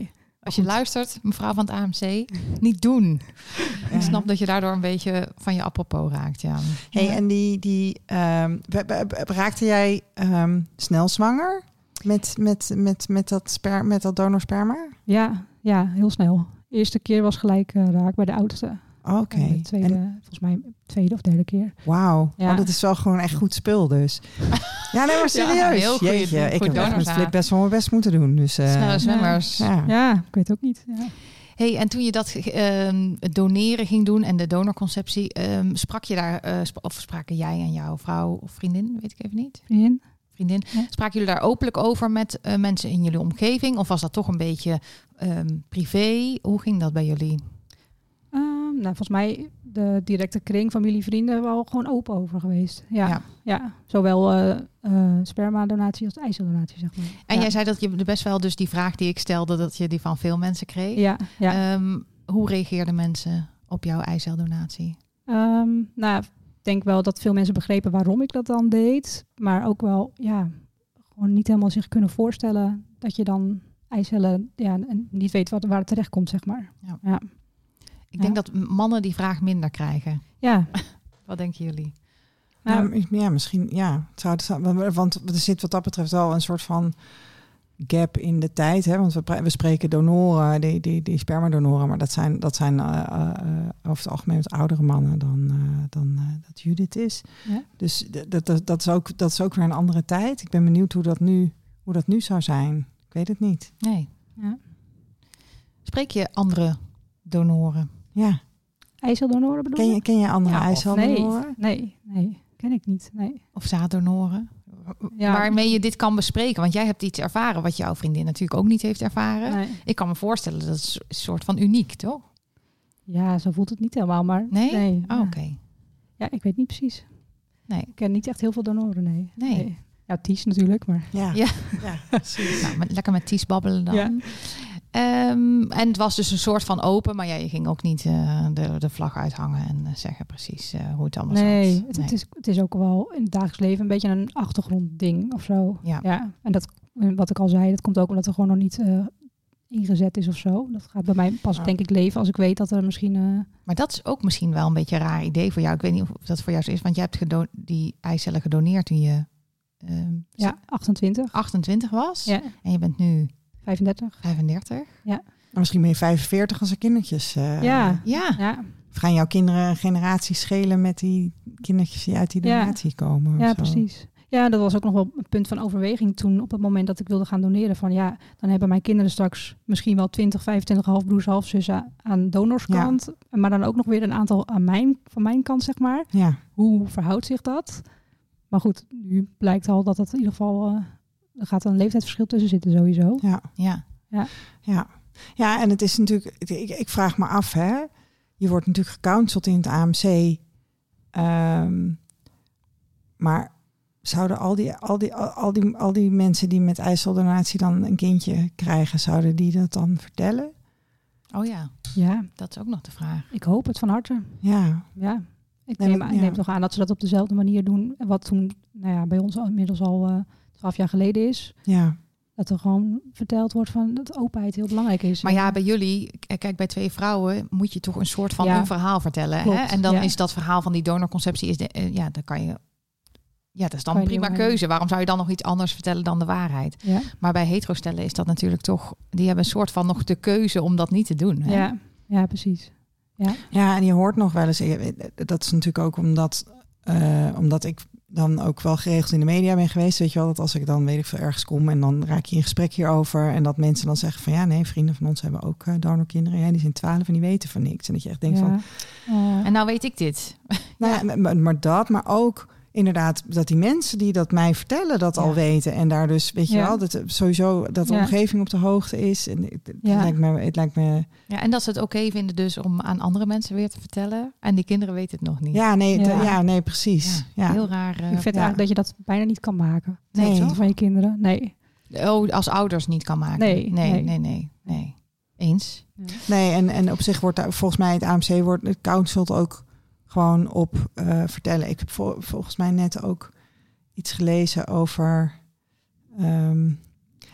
Als je luistert, mevrouw van het A M C, niet doen. Ja. Ik snap dat je daardoor een beetje van je apropos raakt. Ja. Hey, en die, die um, raakte jij um, snel zwanger met, met, met, met, dat, sper, met dat donorsperma? Ja, ja, heel snel. De eerste keer was gelijk uh, raak bij de oudste. Oké. Okay. De tweede, en... volgens mij tweede of derde keer. Wauw, ja. Oh, dat is wel gewoon echt goed spul dus. Ja, nee, maar serieus. Ja, heel goed. Jeetje, ik heb echt met Flip best wel mijn best moeten doen. Dus, uh, Snelle zwemmers. Ja. Ja. ja, ik weet ook niet. Ja. Hey, en toen je dat uh, doneren ging doen en de donorconceptie, um, sprak je daar, uh, sp- of spraken jij en jouw vrouw of vriendin, weet ik even niet? Vriendin. Vriendin. Ja. Spraken jullie daar openlijk over met uh, mensen in jullie omgeving? Of was dat toch een beetje um, privé? Hoe ging dat bij jullie? Um, nou, volgens mij de directe kring, familie, vrienden, hebben we al gewoon open over geweest. Ja, ja. ja. Zowel uh, uh, spermadonatie als eiceldonatie, zeg maar. En ja. jij zei dat je best wel dus die vraag die ik stelde, dat je die van veel mensen kreeg. Ja. ja. Um, hoe reageerden mensen op jouw eiceldonatie? Um, nou, ik denk wel dat veel mensen begrepen waarom ik dat dan deed. Maar ook wel, ja, gewoon niet helemaal zich kunnen voorstellen dat je dan eicellen, ja, en niet weet wat, waar het terecht komt, zeg maar. Ja. ja. Ik denk ja. dat mannen die vraag minder krijgen. Ja. Wat denken jullie? Nou, ja, misschien, ja. Het zou, want er zit wat dat betreft wel een soort van gap in de tijd. Hè? Want we, we spreken donoren, die, die, die spermadonoren, maar dat zijn, dat zijn uh, uh, over het algemeen wat oudere mannen dan, uh, dan uh, dat Judith is. Ja. Dus dat, dat, dat, is ook, dat is ook weer een andere tijd. Ik ben benieuwd hoe dat nu, hoe dat nu zou zijn. Ik weet het niet. Nee. Ja. Spreek je andere donoren? Ja. Eiceldonoren bedoel je? Ken je, ken je andere ja, eiceldonoren? Nee, nee, nee, ken ik niet. Nee. Of zaaddonoren? Ja. Waarmee je dit kan bespreken. Want jij hebt iets ervaren wat jouw vriendin natuurlijk ook niet heeft ervaren. Nee. Ik kan me voorstellen, dat is een soort van uniek, toch? Ja, zo voelt het niet helemaal, maar... Nee? nee oh, ja. Oké. Okay. Ja, ik weet niet precies. Nee. Ik ken niet echt heel veel donoren, nee. Nee. nee. Ja, Ties natuurlijk, maar... Ja, ja. ja precies. Nou, met, lekker met Ties babbelen dan. Ja. Um, en het was dus een soort van open, maar ja, je ging ook niet uh, de, de vlag uithangen en uh, zeggen precies uh, hoe het allemaal nee, zat. Het, nee, het is, het is ook wel in het dagelijks leven een beetje een achtergrondding of zo. Ja. ja. En dat, wat ik al zei, dat komt ook omdat er gewoon nog niet uh, ingezet is of zo. Dat gaat bij mij pas, ja. denk ik, leven als ik weet dat er misschien... Uh... Maar dat is ook misschien wel een beetje een raar idee voor jou. Ik weet niet of dat voor jou zo is, want jij hebt gedo- die eicellen gedoneerd toen je... Uh, ja, achtentwintig. achtentwintig was. Ja. En je bent nu... vijfendertig. vijfendertig. Ja. Misschien ben je vijfenveertig als er kindertjes... Uh, ja. Ja. ja. Of gaan jouw kinderen een generatie schelen met die kindertjes die uit die donatie ja. komen? Ja, zo. precies. Ja, dat was ook nog wel een punt van overweging toen op het moment dat ik wilde gaan doneren. Van ja, dan hebben mijn kinderen straks misschien wel twintig, vijfentwintig halfbroers, halfzussen aan donorskant. Ja. Maar dan ook nog weer een aantal aan mijn, van mijn kant, zeg maar. Ja. Hoe verhoudt zich dat? Maar goed, nu blijkt al dat het in ieder geval... Uh, er gaat een leeftijdsverschil tussen zitten sowieso. Ja, ja, ja, ja, ja. En het is natuurlijk, ik, ik vraag me af, hè. Je wordt natuurlijk gecounseld in het A M C, um, maar zouden al die, al die, al die, al die mensen die met eiceldonatie dan een kindje krijgen, zouden die dat dan vertellen? Oh ja, ja, dat is ook nog de vraag. Ik hoop het van harte. Ja, ja. Ik neem, nee, ik neem ja. toch aan dat ze dat op dezelfde manier doen, wat toen, nou ja, bij ons al inmiddels al uh, twaalf jaar geleden is. Ja. Dat er gewoon verteld wordt van dat openheid heel belangrijk is. Maar ja, bij jullie, kijk, bij twee vrouwen moet je toch een soort van ja. een verhaal vertellen. Hè? En dan ja. is dat verhaal van die donorconceptie, is de, uh, ja, dan kan je, ja, dat is dan een prima keuze. Waarom zou je dan nog iets anders vertellen dan de waarheid? Ja. Maar bij hetero-stellen is dat natuurlijk toch, die hebben een soort van nog de keuze om dat niet te doen. Hè? Ja, ja, precies. Ja. ja, en je hoort nog wel eens, dat is natuurlijk ook omdat, uh, omdat ik dan ook wel geregeld in de media ben geweest. Weet je wel, dat als ik dan weet ik veel ergens kom en dan raak je in gesprek hierover en dat mensen dan zeggen van ja, nee, vrienden van ons hebben ook uh, donorkinderen. Ja, die zijn twaalf en die weten van niks. En dat je echt denkt ja. van... Uh, en nou weet ik dit. Nou ja, maar, maar dat, maar ook inderdaad dat die mensen die dat mij vertellen dat ja. al weten. En daar dus, weet je ja. wel, dat sowieso dat de ja. omgeving op de hoogte is. En het, ja. het, lijkt me, het lijkt me... Ja, en dat ze het oké okay vinden dus om aan andere mensen weer te vertellen. En die kinderen weten het nog niet. Ja, nee, ja. De, ja, nee precies. Ja. Ja. Heel raar. Uh, Ik vind ja. eigenlijk dat je dat bijna niet kan maken. Nee, nee van je kinderen. Nee. Oh, als ouders niet kan maken. Nee, nee, nee, nee, nee. nee. Eens. Ja. Nee, en, en op zich wordt daar volgens mij het A M C wordt het counselt ook gewoon op uh, vertellen. Ik heb vol, volgens mij net ook iets gelezen over... Um,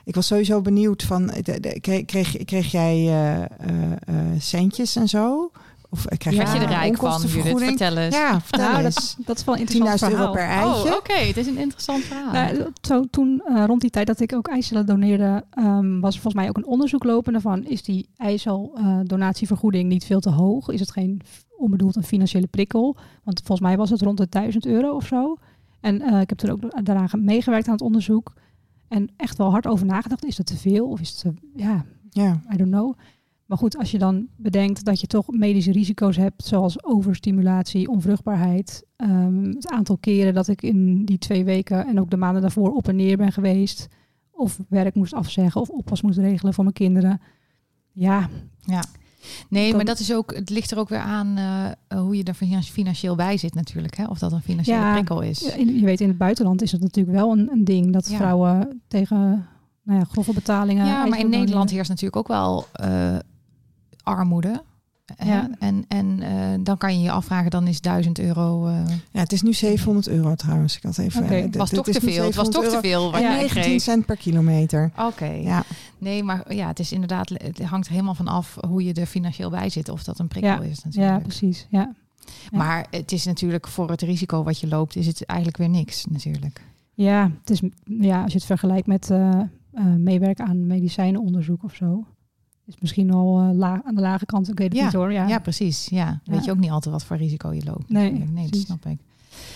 ik was sowieso benieuwd van, de, de, kreeg, kreeg, kreeg jij uh, uh, uh, centjes en zo? Of krijg ja, je er rijk van, Judith? Vertel eens. Ja, vertel nou, eens. Dat, dat is wel een interessant tienduizend euro verhaal. per eitje. Oh, oké. Okay. Het is een interessant verhaal. Nou, zo, toen, uh, rond die tijd dat ik ook eicellen doneerde, um, was er volgens mij ook een onderzoek lopende van, is die eiceldonatievergoeding uh, niet veel te hoog? Is het geen onbedoeld een financiële prikkel? Want volgens mij was het rond de duizend euro of zo. En uh, ik heb toen ook daaraan meegewerkt aan het onderzoek. En echt wel hard over nagedacht. Is dat te veel? Of is het, te, ja, ja, I don't know. Maar goed, als je dan bedenkt dat je toch medische risico's hebt, zoals overstimulatie, onvruchtbaarheid. Um, het aantal keren dat ik in die twee weken en ook de maanden daarvoor op en neer ben geweest. Of werk moest afzeggen of oppas moest regelen voor mijn kinderen. Ja. Ja. Nee, dan, maar dat is ook, het ligt er ook weer aan uh, hoe je er financieel bij zit natuurlijk. Hè? Of dat een financiële ja, prikkel is. Je weet, in het buitenland is het natuurlijk wel een, een ding dat ja. vrouwen tegen nou ja, grove betalingen... Ja, maar in Nederland heerst natuurlijk ook wel uh, armoede. Ja. En, en uh, dan kan je je afvragen, dan is duizend euro... Uh... Ja, het is nu zevenhonderd euro trouwens. Ik had even... Okay. Het was toch te veel. Het was toch te veel wat ja, negentien cent per kilometer. Oké. Okay. Ja. Nee, maar ja, het is inderdaad... Het hangt er helemaal van af hoe je er financieel bij zit. Of dat een prikkel ja. is natuurlijk. Ja, precies. Ja. Ja. Maar het is natuurlijk voor het risico wat je loopt, is het eigenlijk weer niks natuurlijk. Ja, het is, ja als je het vergelijkt met uh, uh, meewerken aan medicijnenonderzoek of zo... Is misschien al uh, la- aan de lage kant. Ik weet het ja, niet hoor. Ja, ja precies. Ja. Weet ja. je ook niet altijd wat voor risico je loopt. Nee, nee dat snap ik.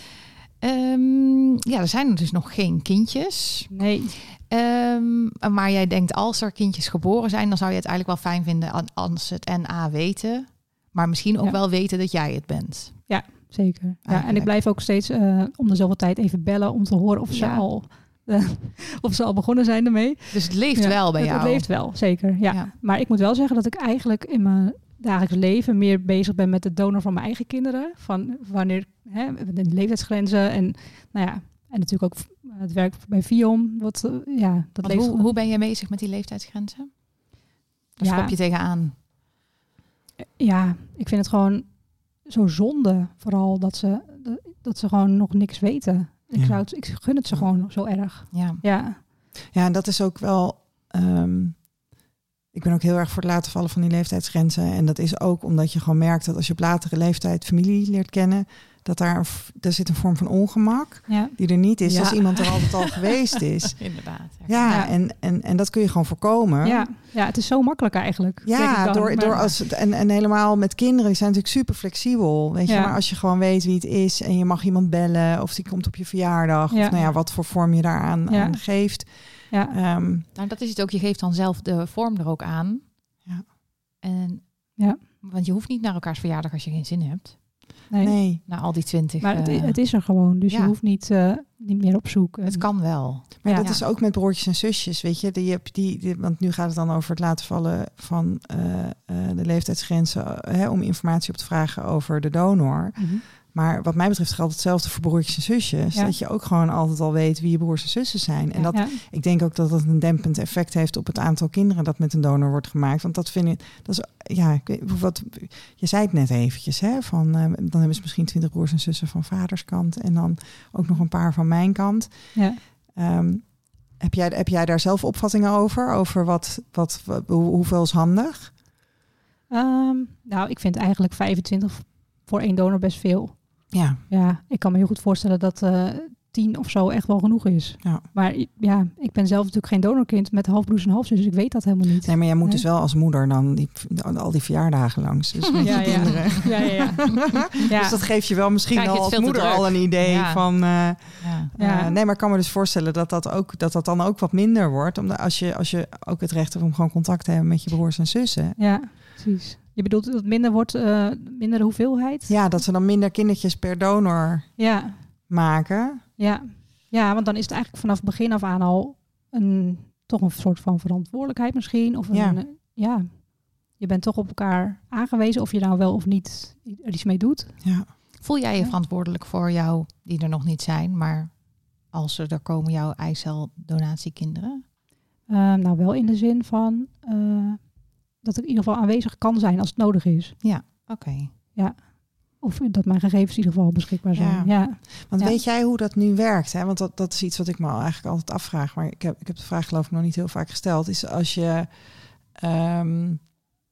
Um, ja, er zijn er dus nog geen kindjes. Nee. Um, maar jij denkt, als er kindjes geboren zijn, dan zou je het eigenlijk wel fijn vinden als ze het N A weten. Maar misschien ook ja. wel weten dat jij het bent. Ja, zeker. Ja, en ik blijf ook steeds uh, om de zoveel tijd even bellen om te horen of ze ja. al... Uh, of ze al begonnen zijn ermee. Dus het leeft ja, wel bij het, jou? Het leeft wel, zeker. Ja. Ja. Maar ik moet wel zeggen dat ik eigenlijk in mijn dagelijks leven meer bezig ben met de donor van mijn eigen kinderen. Van wanneer, hè, de leeftijdsgrenzen en nou ja, en natuurlijk ook het werk bij Viom. Wat, uh, ja, dat leeft hoe, hoe ben jij bezig met die leeftijdsgrenzen? Daar ja. schop je tegenaan? Ja, ik vind het gewoon zo zonde, vooral dat ze, dat ze gewoon nog niks weten. Ik, ja. zou het, ik gun het ze gewoon zo erg. Ja, ja. ja en dat is ook wel... Um, ik ben ook heel erg voor het laten vallen van die leeftijdsgrenzen. En dat is ook omdat je gewoon merkt dat als je op latere leeftijd familie leert kennen... dat daar, daar zit een vorm van ongemak ja. die er niet is ja. als iemand er altijd al geweest is. Inderdaad. Ja, ja. En, en, en dat kun je gewoon voorkomen. Ja, ja het is zo makkelijk eigenlijk. Ja, dan, door, maar... door als en, en helemaal met kinderen, die zijn natuurlijk super flexibel. Weet je, ja. maar als je gewoon weet wie het is en je mag iemand bellen of die komt op je verjaardag, ja. of nou ja, wat voor vorm je daaraan ja. aan geeft. Ja. Um, nou, dat is het ook. Je geeft dan zelf de vorm er ook aan. Ja. En, ja. Want je hoeft niet naar elkaars verjaardag als je geen zin hebt. Nee. nee. Na al die twintig. Maar het, het is er gewoon. Dus ja. je hoeft niet, uh, niet meer op zoek. Het kan wel. Maar ja. dat is ook met broertjes en zusjes. Weet je, die, die, die, want nu gaat het dan over het laten vallen van uh, uh, de leeftijdsgrenzen. Uh, hè, om informatie op te vragen over de donor. Mm-hmm. Maar wat mij betreft geldt hetzelfde voor broertjes en zusjes. Ja. Dat je ook gewoon altijd al weet wie je broers en zussen zijn. En dat, ja. ik denk ook dat dat een dempend effect heeft op het aantal kinderen dat met een donor wordt gemaakt. Want dat vind ik, dat is, ja, ik weet, wat, je zei het net eventjes, hè, van uh, dan hebben ze misschien twintig broers en zussen van vaders kant en dan ook nog een paar van mijn kant. Ja. Um, heb jij, heb jij daar zelf opvattingen over? Over wat, wat, wat hoe, hoeveel is handig? Um, nou, ik vind eigenlijk vijfentwintig voor één donor best veel. Ja. Ja, ik kan me heel goed voorstellen dat uh, tien of zo echt wel genoeg is. Ja. Maar ja, ik ben zelf natuurlijk geen donorkind met halfbroers en halfzus, dus ik weet dat helemaal niet. Nee, maar jij moet nee? dus wel als moeder dan die, al die verjaardagen langs. Dus met ja, je ja. kinderen. Ja, ja, ja. ja. Dus dat geeft je wel misschien je al als moeder druk. al een idee ja. van... Uh, ja. Uh, nee, maar ik kan me dus voorstellen dat dat, ook, dat dat dan ook wat minder wordt. Omdat als je, als je ook het recht hebt om gewoon contact te hebben met je broers en zussen. Ja, precies. Je bedoelt dat het minder wordt, uh, minder de hoeveelheid? Ja, dat ze dan minder kindertjes per donor ja. maken. Ja. ja, want dan is het eigenlijk vanaf begin af aan al een, toch een soort van verantwoordelijkheid misschien. Of een, ja. Uh, ja, je bent toch op elkaar aangewezen of je nou wel of niet er iets mee doet. Ja. Voel jij je verantwoordelijk voor jou die er nog niet zijn, maar als er, er komen jouw eiceldonatiekinderen? Uh, nou, wel in de zin van... Uh, dat ik in ieder geval aanwezig kan zijn als het nodig is. Ja, oké. Okay. Ja. of dat mijn gegevens in ieder geval beschikbaar zijn. Ja. ja. Want ja. weet jij hoe dat nu werkt? Hè? Want dat, dat is iets wat ik me al eigenlijk altijd afvraag. Maar ik heb, ik heb de vraag geloof ik nog niet heel vaak gesteld. Is als je... Um,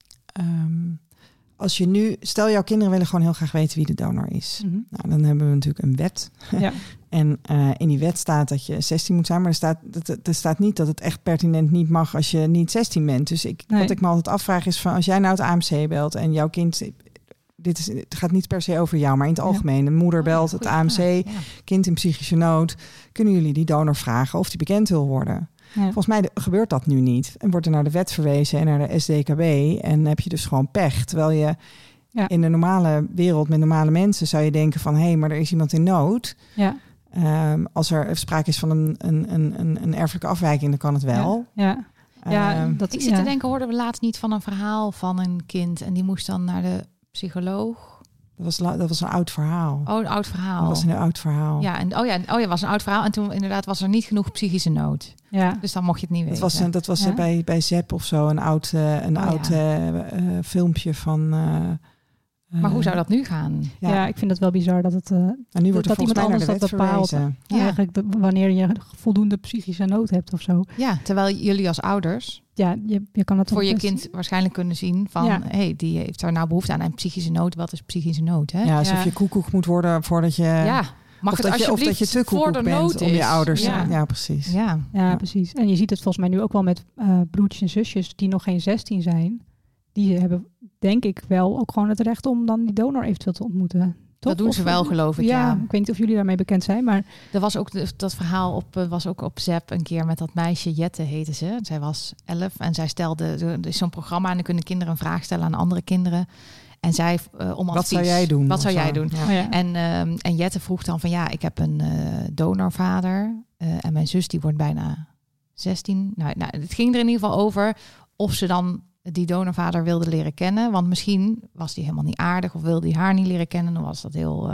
um, als je nu... Stel, jouw kinderen willen gewoon heel graag weten wie de donor is. Mm-hmm. Nou, dan hebben we natuurlijk een wet. Ja. En uh, in die wet staat dat je zestien moet zijn. Maar er staat, er staat niet dat het echt pertinent niet mag als je niet zestien bent. Dus ik, nee. wat ik me altijd afvraag is van... Als jij nou het A M C belt en jouw kind... Dit is, het gaat niet per se over jou, maar in het ja. algemeen. De moeder belt het A M C, ja. kind in psychische nood. Kunnen jullie die donor vragen of die bekend wil worden? Ja. Volgens mij gebeurt dat nu niet. En wordt er naar de wet verwezen en naar de S D K B. En heb je dus gewoon pech. Terwijl je ja. in de normale wereld met normale mensen zou je denken van... hé, hey, maar er is iemand in nood. Ja. Um, als er sprake is van een, een, een, een erfelijke afwijking, dan kan het wel. Ja. Ja. Ja, um, dat, ik zit ja. te denken, hoorden we laatst niet van een verhaal van een kind... en die moest dan naar de psycholoog... Dat was, dat was een oud verhaal. Oh, een oud verhaal. Dat was een oud verhaal. Ja, en oh ja, oh ja, was een oud verhaal. En toen inderdaad was er niet genoeg psychische nood. Ja. Dus dan mocht je het niet dat weten. Was, dat was ja? bij, bij Zep of zo een oud, uh, een oh, oud ja. uh, uh, filmpje van... Uh, uh, maar hoe zou dat nu gaan? Ja, ja ik vind het wel bizar dat het... Uh, en nu wordt dat er iemand anders dat bepaalt. Ja. Eigenlijk de, wanneer je voldoende psychische nood hebt of zo. Ja, terwijl jullie als ouders... Ja, je, je kan het voor je kind waarschijnlijk kunnen zien van... Ja. hey, die heeft daar nou behoefte aan. En psychische nood, wat is psychische nood? Hè? Ja, alsof ja. je koekoek moet worden voordat je... Ja. Mag of, het dat je, of dat je te koekoek bent om je ouders. Ja, ja precies. Ja. Ja, ja, precies. En je ziet het volgens mij nu ook wel met uh, broertjes en zusjes... die nog geen zestien zijn. Die hebben, denk ik, wel ook gewoon het recht... om dan die donor eventueel te ontmoeten. Toch? Dat doen ze of, wel, geloof ik. Ja, ja, ik weet niet of jullie daarmee bekend zijn, maar... Er was ook de, dat verhaal op, was ook op Zep een keer met dat meisje, Jette heette ze. Zij was elf en zij stelde... Er is zo'n programma en dan kunnen kinderen een vraag stellen aan andere kinderen... En zij uh, om advies. Wat zou jij doen? Wat zou jij doen? Ja. Oh, ja. En, uh, en Jette vroeg dan van ja, ik heb een uh, donorvader uh, en mijn zus die wordt bijna zestien. Nou, nou, het ging er in ieder geval over of ze dan die donorvader wilde leren kennen, want misschien was die helemaal niet aardig of wilde hij haar niet leren kennen, dan was dat heel. Uh,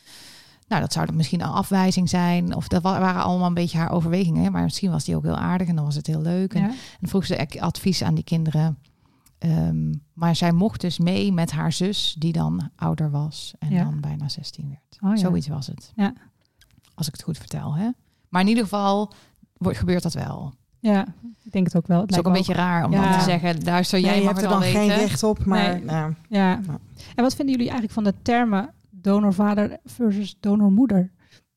nou, dat zou dan misschien een afwijzing zijn. Of dat waren allemaal een beetje haar overwegingen. Hè? Maar misschien was die ook heel aardig en dan was het heel leuk. En, ja. en dan vroeg ze advies aan die kinderen. Um, maar zij mocht dus mee met haar zus, die dan ouder was en ja. dan bijna zestien werd. Oh, ja. Zoiets was het. Ja. Als ik het goed vertel. Hè? Maar in ieder geval wordt, gebeurt dat wel. Ja, ik denk het ook wel. Het is ook een beetje raar om ja. dan te zeggen, luister, jij nee, mag je het hebt er dan weten. geen recht op, maar... Nee. Nou, ja. Nou. En wat vinden jullie eigenlijk van de termen donorvader versus donormoeder?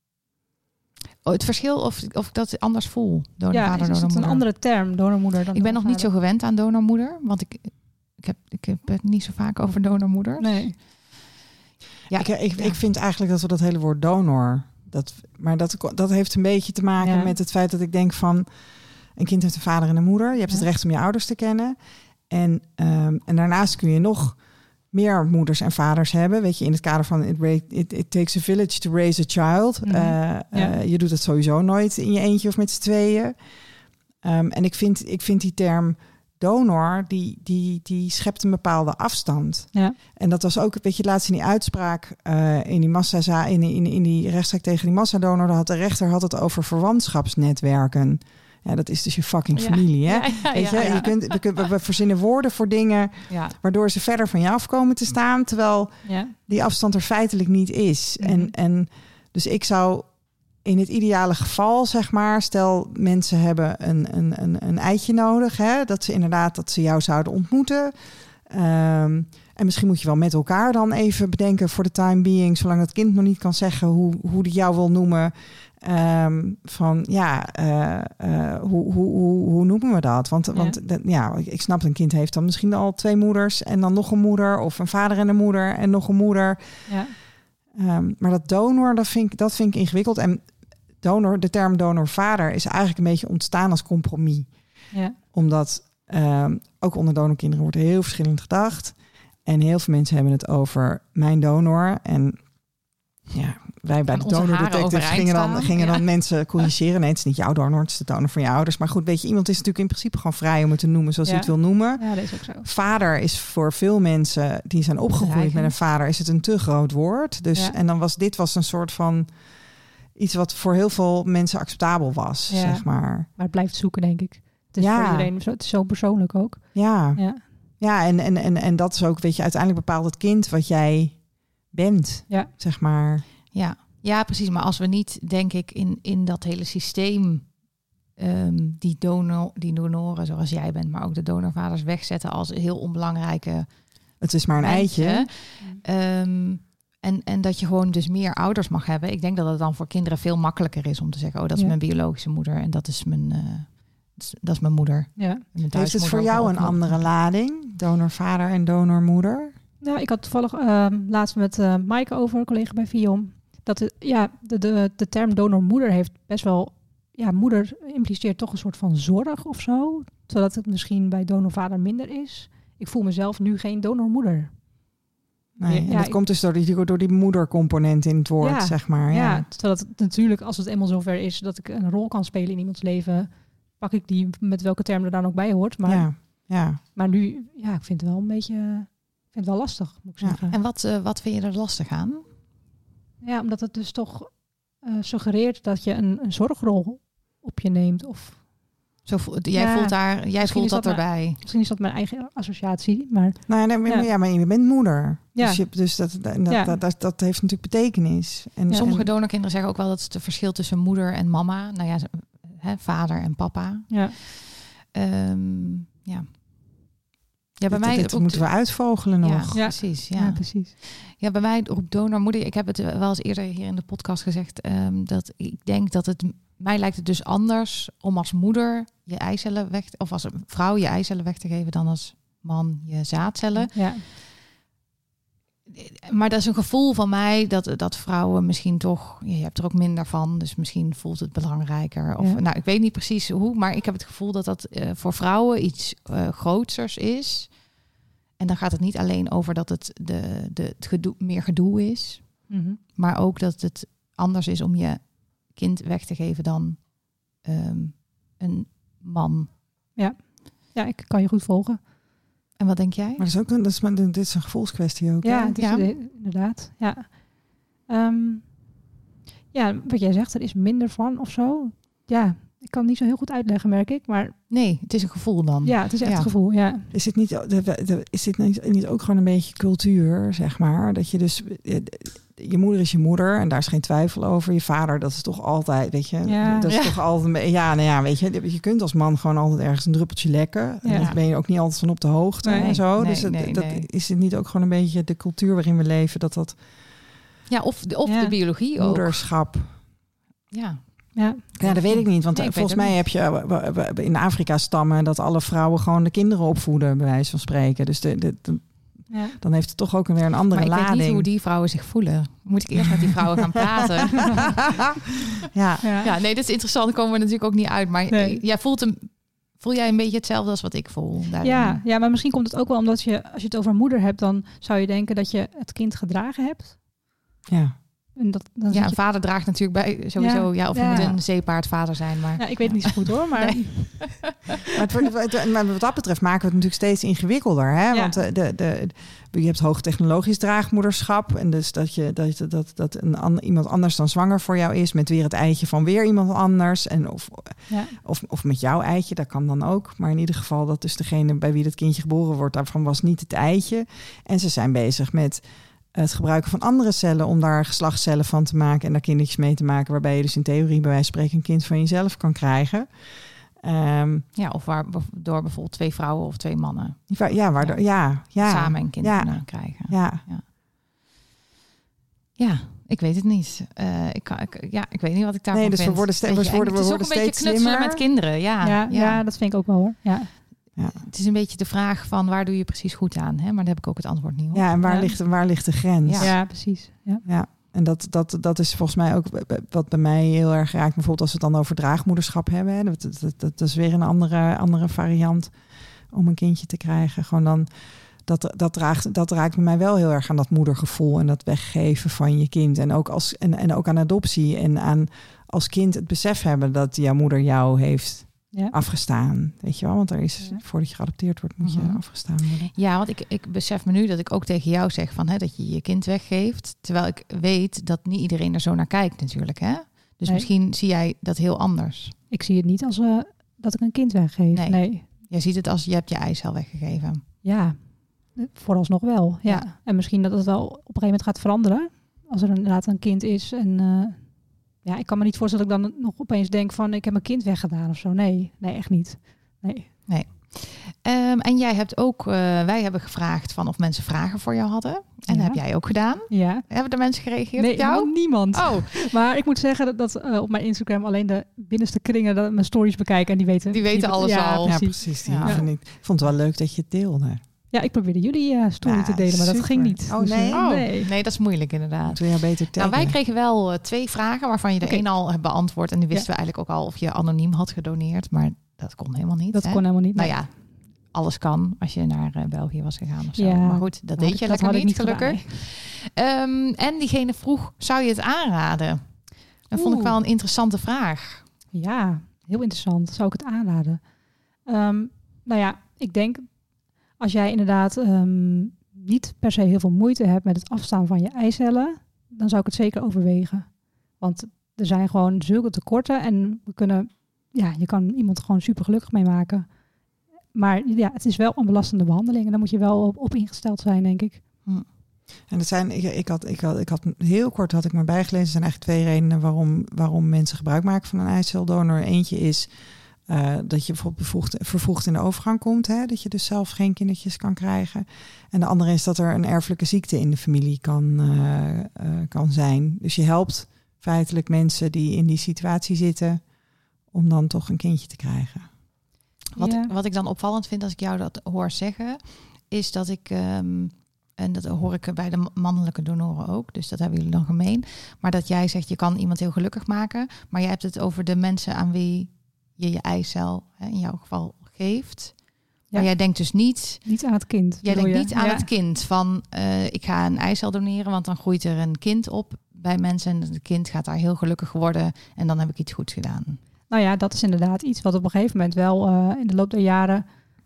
Oh, het verschil of, of ik dat anders voel. Donorvader, ja, is het een andere term, donormoeder? Dan ik ben nog niet zo gewend aan donormoeder, want ik, ik, heb, ik heb het niet zo vaak over donormoeders. Nee. Ja, ik, ik, ja. ik vind eigenlijk dat we dat hele woord donor... Dat, maar dat, dat heeft een beetje te maken ja. met het feit dat ik denk van... Een kind heeft een vader en een moeder. Je hebt ja. het recht om je ouders te kennen. En, um, en daarnaast kun je nog meer moeders en vaders hebben. Weet je, in het kader van it, it, it takes a village to raise a child. Mm-hmm. Uh, ja. uh, je doet het sowieso nooit in je eentje of met z'n tweeën. Um, en ik vind, ik vind die term donor, die, die, die schept een bepaalde afstand. Ja. En dat was ook, weet je, laatst in die uitspraak... Uh, in die massa, in, in, in die rechtszaak tegen die massadonor... had de rechter had het over verwantschapsnetwerken... Ja, dat is dus je fucking ja. familie, hè? Ja, ja, Weet je, ja, ja. je kunt, we, we verzinnen woorden voor dingen... Ja. waardoor ze verder van je afkomen te staan... terwijl ja. die afstand er feitelijk niet is. Mm-hmm. En, en dus ik zou in het ideale geval, zeg maar... stel, mensen hebben een, een, een, een eitje nodig... Hè, dat ze inderdaad dat ze jou zouden ontmoeten... Um, en misschien moet je wel met elkaar dan even bedenken... voor de time being, zolang dat kind nog niet kan zeggen... hoe, hoe die jou wil noemen... Um, van ja, uh, uh, hoe, hoe, hoe, hoe noemen we dat? Want, ja. want de, ja, ik snap, een kind heeft dan misschien al twee moeders en dan nog een moeder, of een vader en een moeder en nog een moeder. Ja. Um, maar dat donor, dat vind ik, dat vind ik ingewikkeld. En donor, de term donorvader is eigenlijk een beetje ontstaan als compromis. Ja. Omdat um, ook onder donorkinderen wordt heel verschillend gedacht. En heel veel mensen hebben het over mijn donor en ja, wij bij de donordetectives gingen dan, gingen ja. dan mensen corrigeren. Nee, het is niet jouw donor, het is de donor van je ouders. Maar goed, weet je, iemand is natuurlijk in principe gewoon vrij om het te noemen zoals ja. hij het wil noemen. Ja, dat is ook zo. Vader is voor veel mensen die zijn opgegroeid met een vader, is het een te groot woord. Dus ja. en dan was dit was een soort van iets wat voor heel veel mensen acceptabel was, ja. zeg maar. Maar het blijft zoeken, denk ik. Het is ja. voor iedereen, het is zo persoonlijk ook. Ja, ja, ja en, en, en, en dat is ook, weet je, uiteindelijk bepaalt het kind wat jij bent, Ja. zeg maar. Ja. ja, precies. Maar als we niet, denk ik, in, in dat hele systeem um, die, donor, die donoren zoals jij bent, maar ook de donorvaders wegzetten als heel onbelangrijke Het is maar een mensen, eitje. Um, en, en dat je gewoon dus meer ouders mag hebben. Ik denk dat het dan voor kinderen veel makkelijker is om te zeggen, oh, dat is Ja. mijn biologische moeder en dat is mijn, uh, dat, is, dat is mijn moeder. Ja. Mijn Heeft het voor jou een andere lading? Donorvader en donormoeder? Nou, ik had toevallig uh, laatst met uh, Maaike over, een collega bij Viom. Dat de, ja, de, de, de term donormoeder heeft best wel... Ja, moeder impliceert toch een soort van zorg of zo. Zodat het misschien bij donorvader minder is. Ik voel mezelf nu geen donormoeder. Nee, en Ja, dat ik- komt dus door die, door die moedercomponent in het woord, Ja, zeg maar. Ja. Ja, terwijl het natuurlijk, als het eenmaal zover is dat ik een rol kan spelen in iemands leven, pak ik die met welke term er dan ook bij hoort. Maar, ja, ja. maar nu, ja, ik vind het wel een beetje, ik vind het wel lastig, moet ik Ja. zeggen. En wat, uh, wat vind je er lastig aan? Ja, omdat het dus toch uh, suggereert dat je een, een zorgrol op je neemt. Of Zo, vo- jij Ja, voelt, daar, jij misschien voelt is dat, dat erbij. misschien is dat mijn eigen associatie, maar Nou, ja, nee, maar, Ja. ja, maar je bent moeder. Ja. Dus, je, dus dat, dat, Ja. dat, dat, dat heeft natuurlijk betekenis. En, Ja. Sommige en- donorkinderen zeggen ook wel dat het verschil tussen moeder en mama. Nou ja, ze- hè, vader en papa. ja. Um, ja. Ja, bij dit, mij dit roept- moeten we uitvogelen ja, nog. Ja. precies. Ja. Ja. precies. Ja, bij mij roept donormoeder. Ik heb het wel eens eerder hier in de podcast gezegd. Um, dat ik denk dat het mij lijkt het dus anders om als moeder je eicellen weg, of als een vrouw je eicellen weg te geven dan als man je zaadcellen. Ja. Maar dat is een gevoel van mij dat, dat vrouwen misschien toch, je hebt er ook minder van, dus misschien voelt het belangrijker. Of, Ja. Nou, ik weet niet precies hoe, maar ik heb het gevoel dat dat uh, voor vrouwen iets uh, grootsers is. En dan gaat het niet alleen over dat het, de, de, het gedoe, meer gedoe is, Mm-hmm. maar ook dat het anders is om je kind weg te geven dan um, een man. Ja, ik kan je goed volgen. En wat denk jij? Maar dat is ook een, dat is, maar dit is een gevoelskwestie ook. Ja, hè? het is Ja. de- inderdaad. Ja. Um, ja, wat jij zegt, er is minder van of zo. Ja, ik kan het niet zo heel goed uitleggen, merk ik. Maar Nee, het is een gevoel dan. ja, het is echt Ja. een gevoel. Ja. Is dit, niet, is dit niet, niet ook gewoon een beetje cultuur, zeg maar? Dat je dus... Je moeder is je moeder en daar is geen twijfel over. Je vader, dat is toch altijd, weet je... Ja. Dat is Ja. toch altijd... Ja, nou ja, weet je... Je kunt als man gewoon altijd ergens een druppeltje lekken. En Ja. daar ben je ook niet altijd van op de hoogte Nee, en zo. nee, dus het, nee, dat, nee. is het niet ook gewoon een beetje de cultuur waarin we leven? Dat dat Ja, of, de, of Ja. de biologie ook. moederschap... Ja. Ja. Ja, dat weet ik niet. Want Nee, ik volgens weet mij het heb je in Afrika stammen dat alle vrouwen gewoon de kinderen opvoeden, bij wijze van spreken. Dus de, de, de- Ja. dan heeft het toch ook weer een andere Maar ik lading. weet niet hoe die vrouwen zich voelen. Moet ik eerst met die vrouwen gaan praten? Ja. Ja. Ja, nee, dat is interessant. Daar komen we natuurlijk ook niet uit. Maar Nee. jij voelt hem. Voel jij een beetje hetzelfde als wat ik voel? daarin? Ja, ja, maar misschien komt het ook wel omdat je, als je het over moeder hebt, dan zou je denken dat je het kind gedragen hebt. Ja. En dat, dan Ja, zit een je, vader draagt natuurlijk bij sowieso. Ja, of je Ja. moet een zeepaardvader zijn. Maar ja, ik weet het niet zo goed hoor, maar Nee. Maar, het wordt, het- maar wat dat betreft maken we het natuurlijk steeds ingewikkelder. Hè? Ja. Want de, de, de, je hebt hoogtechnologisch draagmoederschap. En dus dat, je, dat, je- dat, dat een, an- iemand anders dan zwanger voor jou is... met weer het eitje van weer iemand anders. En of, ja. Of, of met jouw eitje, dat kan dan ook. Maar in ieder geval, dat is degene bij wie dat kindje geboren wordt. Daarvan was niet het eitje. En ze zijn bezig met het gebruiken van andere cellen... om daar geslachtscellen van te maken en daar kindertjes mee te maken... waarbij je dus in theorie bij wijze van spreken een kind van jezelf kan krijgen. Um, ja, of waar, door bijvoorbeeld twee vrouwen of twee mannen waar, ja, waardoor, ja, ja, samen een kind ja. kunnen krijgen. Ja. Ja, ik weet het niet. Uh, ik, kan, ik, ja, ik weet niet wat ik daarvan nee, dus vind. we worden, ste- we Beetje worden, eng. we Het is worden ook een steeds beetje knutselen slimmer. met kinderen. Ja, Ja, ja. ja, dat vind ik ook wel hoor. Ja. Ja. Het is een beetje de vraag van waar doe je precies goed aan? Hè? Maar daar heb ik ook het antwoord niet op. Ja, en waar, Ja. Ligt, waar ligt de grens? Ja. Ja, precies. Ja. Ja, en dat, dat, dat is volgens mij ook wat bij mij heel erg raakt. Bijvoorbeeld als we het dan over draagmoederschap hebben. Hè, dat, dat, dat, dat is weer een andere, andere variant om een kindje te krijgen. Gewoon dan, dat, dat, raakt, dat raakt bij mij wel heel erg aan dat moedergevoel en dat weggeven van je kind. En ook, als, en, en ook aan adoptie en aan als kind het besef hebben dat jouw moeder jou heeft Ja. afgestaan. Weet je wel, want er is, Ja. voordat je geadopteerd wordt, moet je Mhm. afgestaan worden. Ja, want ik, ik besef me nu dat ik ook tegen jou zeg van, hè, dat je je kind weggeeft. Terwijl ik weet dat niet iedereen er zo naar kijkt natuurlijk. Hè? Dus Nee. misschien zie jij dat heel anders. Ik zie het niet als uh, dat ik een kind weggeef. Nee. Nee. Jij ziet het als je hebt je eicel weggegeven. Ja. Vooralsnog wel, ja. Ja. En misschien dat het wel op een gegeven moment gaat veranderen. Als er inderdaad een kind is. En uh, ja, ik kan me niet voorstellen dat ik dan nog opeens denk van ik heb mijn kind weggedaan of zo. Nee, nee, echt niet. Nee. Nee. Um, en jij hebt ook, uh, wij hebben gevraagd van of mensen vragen voor jou hadden. En Ja. dat heb jij ook gedaan. Ja. Hebben er mensen gereageerd Nee, op jou? niemand. Oh, Maar ik moet zeggen dat, dat uh, op mijn Instagram alleen de binnenste kringen dat mijn stories bekijken en die weten. Die weten alles ja, al. Ja, Precies. precies. Die Ja. hoeven niet. Ik vond het wel leuk dat je het deelde. Ja, ik probeerde jullie uh, story Ja, te delen, maar dat super. ging niet. Oh, Dus, nee? uh, oh. nee. nee, dat is moeilijk inderdaad. Moeten we jou beter taggen? Nou, wij kregen wel uh, twee vragen waarvan je de Oké. een al hebt beantwoord. En die wisten Ja. we eigenlijk ook al of je anoniem had gedoneerd. Maar dat kon helemaal niet. Dat hè? kon helemaal niet. Nou nee. ja, alles kan als je naar uh, België was gegaan of zo. Ja. Maar goed, dat Had deed ik- je dat lekker had ik niet, niet gedaan, gelukkig. Um, en diegene vroeg, zou je het aanraden? Dat vond ik Oeh. wel een interessante vraag. Ja, heel interessant. Zou ik het aanraden? Um, nou ja, ik denk als jij inderdaad um, niet per se heel veel moeite hebt met het afstaan van je eicellen, dan zou ik het zeker overwegen. Want er zijn gewoon zulke tekorten en we kunnen, ja, je kan iemand gewoon super gelukkig mee maken. Maar ja, het is wel een belastende behandeling en daar moet je wel op, op ingesteld zijn, denk ik. En dat zijn, ik, ik, had, ik, had, ik had heel kort had ik maar bijgelezen. Er zijn eigenlijk twee redenen waarom, waarom mensen gebruik maken van een eiceldonor. Eentje is uh, dat je bijvoorbeeld bevoegd, vervroegd in de overgang komt. Hè? Dat je dus zelf geen kindertjes kan krijgen. En de andere is dat er een erfelijke ziekte in de familie kan, uh, uh, kan zijn. Dus je helpt feitelijk mensen die in die situatie zitten om dan toch een kindje te krijgen. Wat, Ja. wat ik dan opvallend vind als ik jou dat hoor zeggen, is dat ik, um, en dat hoor ik bij de mannelijke donoren ook, dus dat hebben jullie dan gemeen, maar dat jij zegt je kan iemand heel gelukkig maken, maar jij hebt het over de mensen aan wie je je eicel, hè, in jouw geval, geeft. Ja. Maar jij denkt dus niet... Niet aan het kind. Jij denkt je? niet aan Ja. het kind van uh, ik ga een eicel doneren, want dan groeit er een kind op bij mensen en het kind gaat daar heel gelukkig worden en dan heb ik iets goeds gedaan. Nou ja, dat is inderdaad iets wat op een gegeven moment wel uh, in de loop der jaren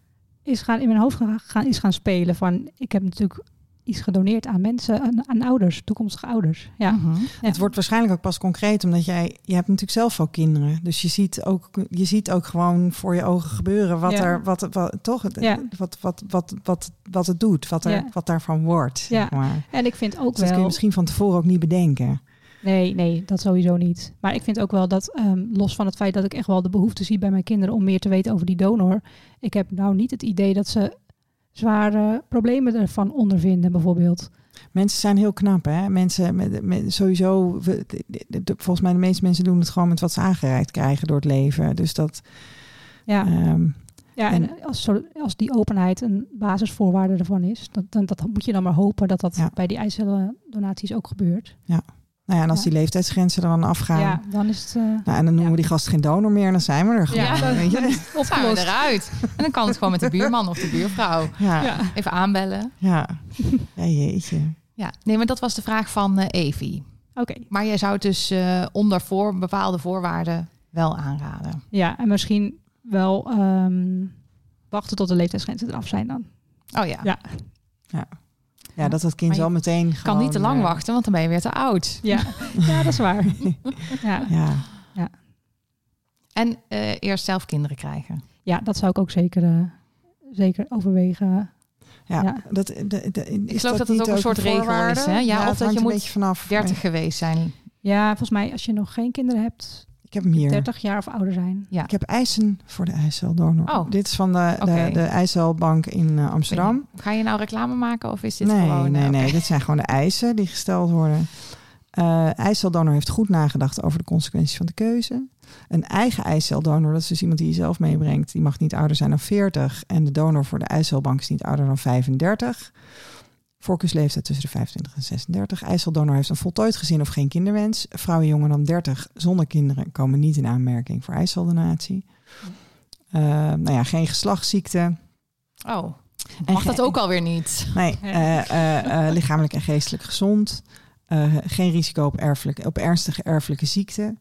is gaan in mijn hoofd gaan, is gaan spelen. Van ik heb natuurlijk iets gedoneerd aan mensen, aan, aan ouders, toekomstige ouders. Ja. Mm-hmm. Ja. Het wordt waarschijnlijk ook pas concreet, omdat jij, je hebt natuurlijk zelf ook kinderen. Dus je ziet ook, je ziet ook gewoon voor je ogen gebeuren wat Ja. er, wat, wat toch, Ja. wat, wat, wat, wat, wat het doet, wat er, Ja. wat daarvan wordt. Ja. Zeg maar. En ik vind ook Dus dat kun wel... je misschien van tevoren ook niet bedenken. Nee, nee, dat sowieso niet. Maar ik vind ook wel dat, um, los van het feit dat ik echt wel de behoefte zie bij mijn kinderen om meer te weten over die donor. Ik heb nou niet het idee dat ze zware problemen ervan ondervinden, bijvoorbeeld. Mensen zijn heel knap, hè? Mensen met, met sowieso, we, de, de, de, volgens mij de meeste mensen doen het gewoon met wat ze aangereikt krijgen door het leven. Dus dat. Ja, Um, ja en, en als, zo, als die openheid een basisvoorwaarde ervan is, dat, dan, dat moet je dan maar hopen dat dat Ja. bij die eiceldonaties ook gebeurt. Ja. Nou ja, en als Ja. die leeftijdsgrenzen er dan afgaan. Ja, dan is het... Uh, Nou, en dan noemen Ja. we die gast geen donor meer en dan zijn we er gewoon. Ja, weet je? Dan zijn we eruit. En dan kan het gewoon met de buurman of de buurvrouw. Ja, ja. ja. Even aanbellen. ja. ja jeetje. Ja, nee, maar dat was de vraag van uh, Evie. Oké. Maar jij zou het dus uh, onder voor bepaalde voorwaarden wel aanraden. Ja, en misschien wel um, wachten tot de leeftijdsgrenzen eraf zijn dan. Oh ja. Ja. Ja. Ja, dat dat kind Maar je wel meteen kan gewoon, niet te lang uh, wachten, want dan ben je weer te oud. Ja, ja dat is waar. Ja. Ja. En uh, eerst zelf kinderen krijgen. Ja, dat zou ik ook zeker, uh, zeker overwegen. Ja, Ja. Dat, de, de, is Ik geloof dat niet het ook een soort regel voorwaarde? is. Hè? Ja, Ja, of het dat hangt je een moet beetje vanaf. dertig geweest zijn. Ja, volgens mij als je nog geen kinderen hebt, Ik heb hem hier. dertig jaar of ouder zijn. Ja. Ik heb eisen voor de eiceldonor. Oh. Dit is van de, Oké. de, de eicelbank in uh, Amsterdam. Ga je nou reclame maken of is dit Nee, gewoon... nee, uh, nee. oké. Dit zijn gewoon de eisen die gesteld worden. Uh, eiceldonor heeft goed nagedacht over de consequenties van de keuze. Een eigen eiceldonor, dat is dus iemand die je zelf meebrengt, die mag niet ouder zijn dan veertig. En de donor voor de eicelbank is niet ouder dan vijfendertig. Voorkeursleeftijd tussen de vijfentwintig en zesendertig. Eiceldonor heeft een voltooid gezin of geen kinderwens. Vrouwen jonger dan dertig zonder kinderen komen niet in aanmerking voor eiceldonatie. Uh, nou ja, geen geslachtsziekte. Oh, En mag ge- dat ook alweer niet? Nee, uh, uh, uh, lichamelijk en geestelijk gezond. Uh, geen risico op, erfelijke, op ernstige erfelijke ziekte.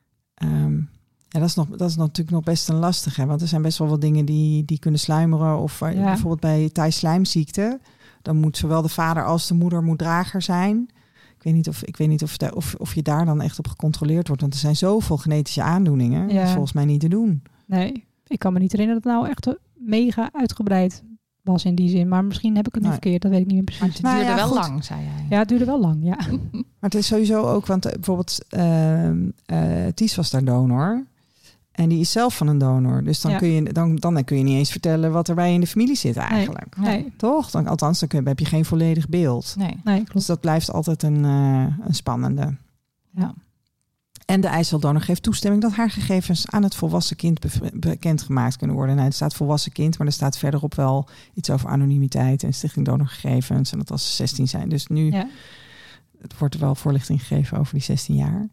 Um, ja, dat is, nog, dat is natuurlijk nog best een lastige. Want er zijn best wel wat dingen die, die kunnen sluimeren. Of uh, Ja. bijvoorbeeld bij thaislijmziekte. Dan moet zowel de vader als de moeder moet drager zijn. Ik weet niet, of, ik weet niet of, de, of, of je daar dan echt op gecontroleerd wordt. Want er zijn zoveel genetische aandoeningen. Ja. Dat is volgens mij niet te doen. Nee, ik kan me niet herinneren dat het nou echt mega uitgebreid was in die zin. Maar misschien heb ik het nu Nee. verkeerd. Dat weet ik niet meer Maar precies. het Nou duurde ja, wel goed. lang, zei jij. Ja, het duurde wel lang, ja. Maar het is sowieso ook, want uh, bijvoorbeeld uh, uh, Ties was daar donor. En die is zelf van een donor. Dus dan, Ja. kun je, dan, dan kun je niet eens vertellen wat er bij in de familie zit eigenlijk. Nee, nee, Toch? Dan, althans, dan kun, heb je geen volledig beeld. Nee. nee Dus klopt. dat blijft altijd een, uh, een spannende. Ja. En de eiceldonor geeft toestemming dat haar gegevens aan het volwassen kind be- bekendgemaakt kunnen worden. Nou, er staat volwassen kind, maar er staat verderop wel iets over anonimiteit en stichting donorgegevens. En dat als ze zestien zijn. Dus nu Ja. het wordt er wel voorlichting gegeven over die zestien jaar.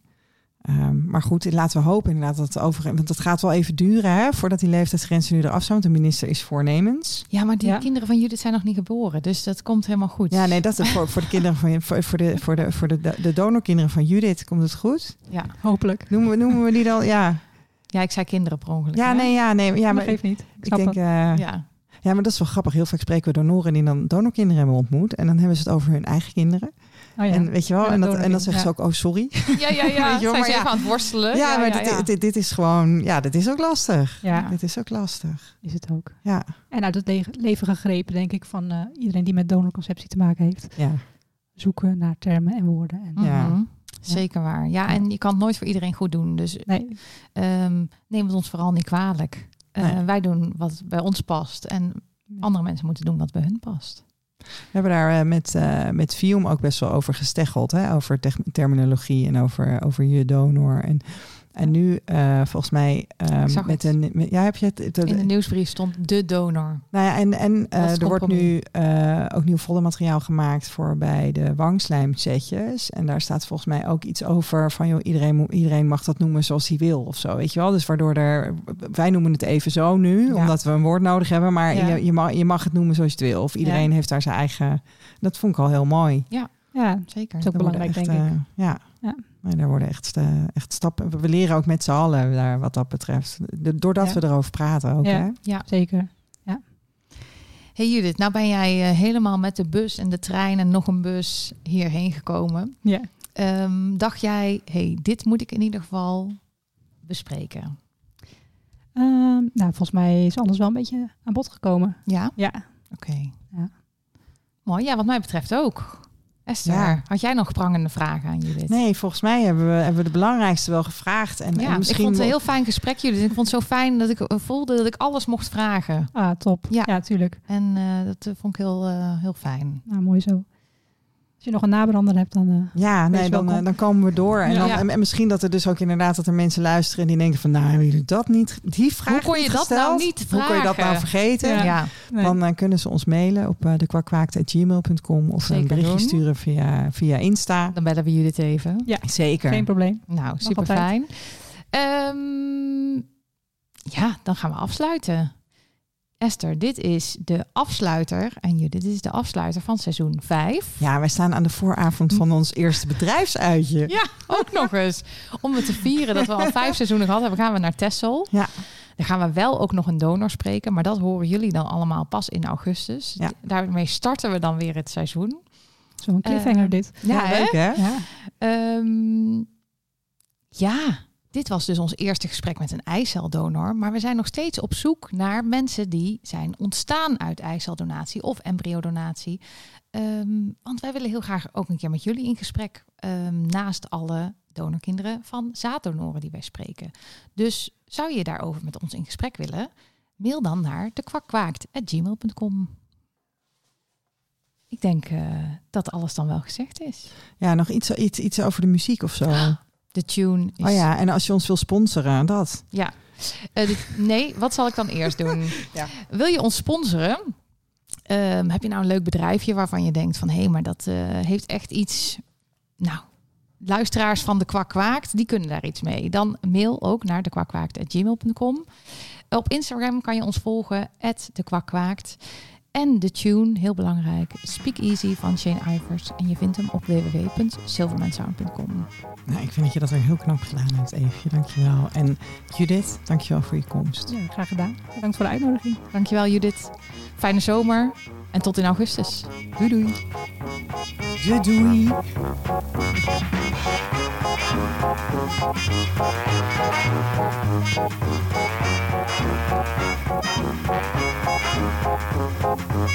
Um, maar goed, laten we hopen inderdaad dat het over... Want het gaat wel even duren hè, voordat die leeftijdsgrenzen nu eraf zijn. Want de minister is voornemens. Ja, maar die Ja. kinderen van Judith zijn nog niet geboren. Dus dat komt helemaal goed. Ja, nee, dat is voor, voor de kinderen van voor, voor de voor de voor de, de donorkinderen van Judith komt het goed. Ja. Hopelijk. Noemen we noemen we die dan? Ja, Ja, ik zei kinderen per ongeluk. ja, hè? nee, ja, nee, ja, Ja, maar maar geeft niet. Ik ik snap denk. het. Uh, ja. Ja. ja, maar dat is wel grappig. Heel vaak spreken we donoren die dan donorkinderen hebben ontmoet en dan hebben ze het over hun eigen kinderen. Oh, ja. En weet je wel, Ja, en, dat, en dan donorkind, zeggen ze ja. ook, oh sorry. Ja, ja, ja. Weet je wel, Zijn maar ze ja. even aan het worstelen? Ja, maar ja, dit, ja. Dit, dit is gewoon, ja, dit is ook lastig. Ja. Dit is ook lastig. Is het ook. Ja, En uit het le- leven gegrepen, denk ik, van uh, iedereen die met donorconceptie te maken heeft. ja. Zoeken naar termen en woorden. En, Mhm. Ja. Zeker waar. Ja, en je kan het nooit voor iedereen goed doen. Dus Nee, um, neem het ons vooral niet kwalijk. Uh, Nee. Wij doen wat bij ons past. En andere mensen moeten doen wat bij hun past. We hebben daar uh, met, uh, met Vium ook best wel over gesteggeld. Hè? Over te- terminologie en over, over je donor. En, en nu uh, volgens mij... Um, zag met het. een, met, ja, heb je het? het In de nieuwsbrief stond de donor. Nou ja, en, en uh, het er wordt compromis? nu uh, ook nieuw foldemateriaal gemaakt voor bij de wangslijmsetjes. En daar staat volgens mij ook iets over van... joh, iedereen, mo- iedereen mag dat noemen zoals hij wil of zo, weet je wel. Dus waardoor er... Wij noemen het even zo nu, Ja. omdat we een woord nodig hebben. Maar Ja. je, je, mag, je mag het noemen zoals je het wil. Of iedereen Ja. heeft daar zijn eigen... Dat vond ik al heel mooi. ja, Zeker. dat is ook Daar worden belangrijk, echt, denk ik. uh, ja. Ja. Maar daar worden echt, uh, echt stappen... We leren ook met z'n allen daar wat dat betreft. De, doordat Ja. we erover praten ook, Ja. hè? Ja. Zeker. Hey Judith, nou ben jij uh, helemaal met de bus en de trein en nog een bus hierheen gekomen. Ja. Um, dacht jij, hey, dit moet ik in ieder geval bespreken? Um, nou, volgens mij is alles wel een beetje aan bod gekomen. Ja? Ja. Oké. Okay. Ja. Mooi, ja, wat mij betreft ook. Esther, Ja. had jij nog prangende vragen aan Judith? Nee, volgens mij hebben we, hebben we de belangrijkste wel gevraagd. En, Ja, en misschien ik vond het een wel- heel fijn gesprek, Judith. Ik vond het zo fijn dat ik voelde dat ik alles mocht vragen. Ah, top. Ja. Ja, tuurlijk. En uh, dat uh, vond ik heel, uh, heel fijn. Nou, mooi zo. Als je nog een nabrander hebt, dan... Uh, Ja, nee, Wees dan, welkom. uh, dan komen we door. En, Ja. dan, Ja. en, en misschien dat er dus ook inderdaad dat er mensen luisteren en die denken van, nou, hebben jullie dat niet? Die vraag Hoe kon je niet dat gesteld? nou niet Hoe kon je dat vragen? nou vergeten? Ja. Ja, nee. Dan uh, kunnen ze ons mailen op uh, de kwakwaakte at gmail punt com of Zeker een berichtje doen. sturen via, via Insta. dan bellen we Judith even. Ja, Zeker. geen probleem. Nou, super fijn. Um, ja, dan gaan we afsluiten. Esther, dit is de afsluiter. En Judith, dit is de afsluiter van seizoen vijf. Ja, wij staan aan de vooravond van ons eerste bedrijfsuitje. Ja, ook nog eens. Om het te vieren dat we al vijf seizoenen gehad hebben, gaan we naar Texel. Ja. Dan gaan we wel ook nog een donor spreken. Maar dat horen jullie dan allemaal pas in augustus. Ja. Daarmee starten we dan weer het seizoen. Zo'n cliffhanger Uh, dit. Ja, hè? leuk hè? Ja. Um, ja, dit was dus ons eerste gesprek met een eiceldonor. Maar we zijn nog steeds op zoek naar mensen die zijn ontstaan uit eiceldonatie of embryodonatie. Um, want wij willen heel graag ook een keer met jullie in gesprek. Um, naast alle donorkinderen van zaaddonoren die wij spreken. Dus zou je daarover met ons in gesprek willen? Mail dan naar de kwakwaakt at gmail punt com. Ik denk uh, dat alles dan wel gezegd is. Ja, nog iets, iets, iets over de muziek of zo. De tune is... Oh ja, en als je ons wil sponsoren, dat. Ja. Uh, dit, nee, wat zal ik dan eerst doen? Ja. Wil je ons sponsoren? Um, heb je nou een leuk bedrijfje waarvan je denkt van... hé, hey, maar dat uh, heeft echt iets... Nou, luisteraars van de Kwakwaakt, die kunnen daar iets mee. Dan mail ook naar de kwakwaakt at gmail punt com. Op Instagram kan je ons volgen, at de Kwakwaakt. En de tune, heel belangrijk, Speak Easy van Shane Ivers. En je vindt hem op w w w punt silvermansound punt com. Nou, ik vind dat je dat weer heel knap gedaan hebt, Eefje. Dankjewel. En Judith, dankjewel voor je komst. Ja, graag gedaan. Bedankt voor de uitnodiging. Dankjewel Judith. Fijne zomer en tot in augustus. Doei doei. Doei doei. Thank you.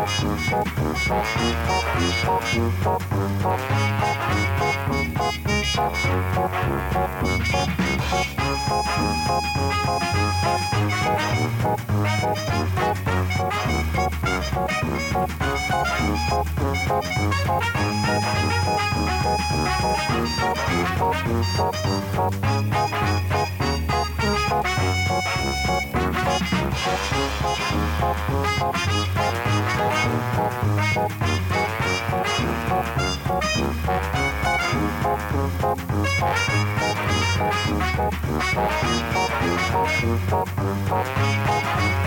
Thank you.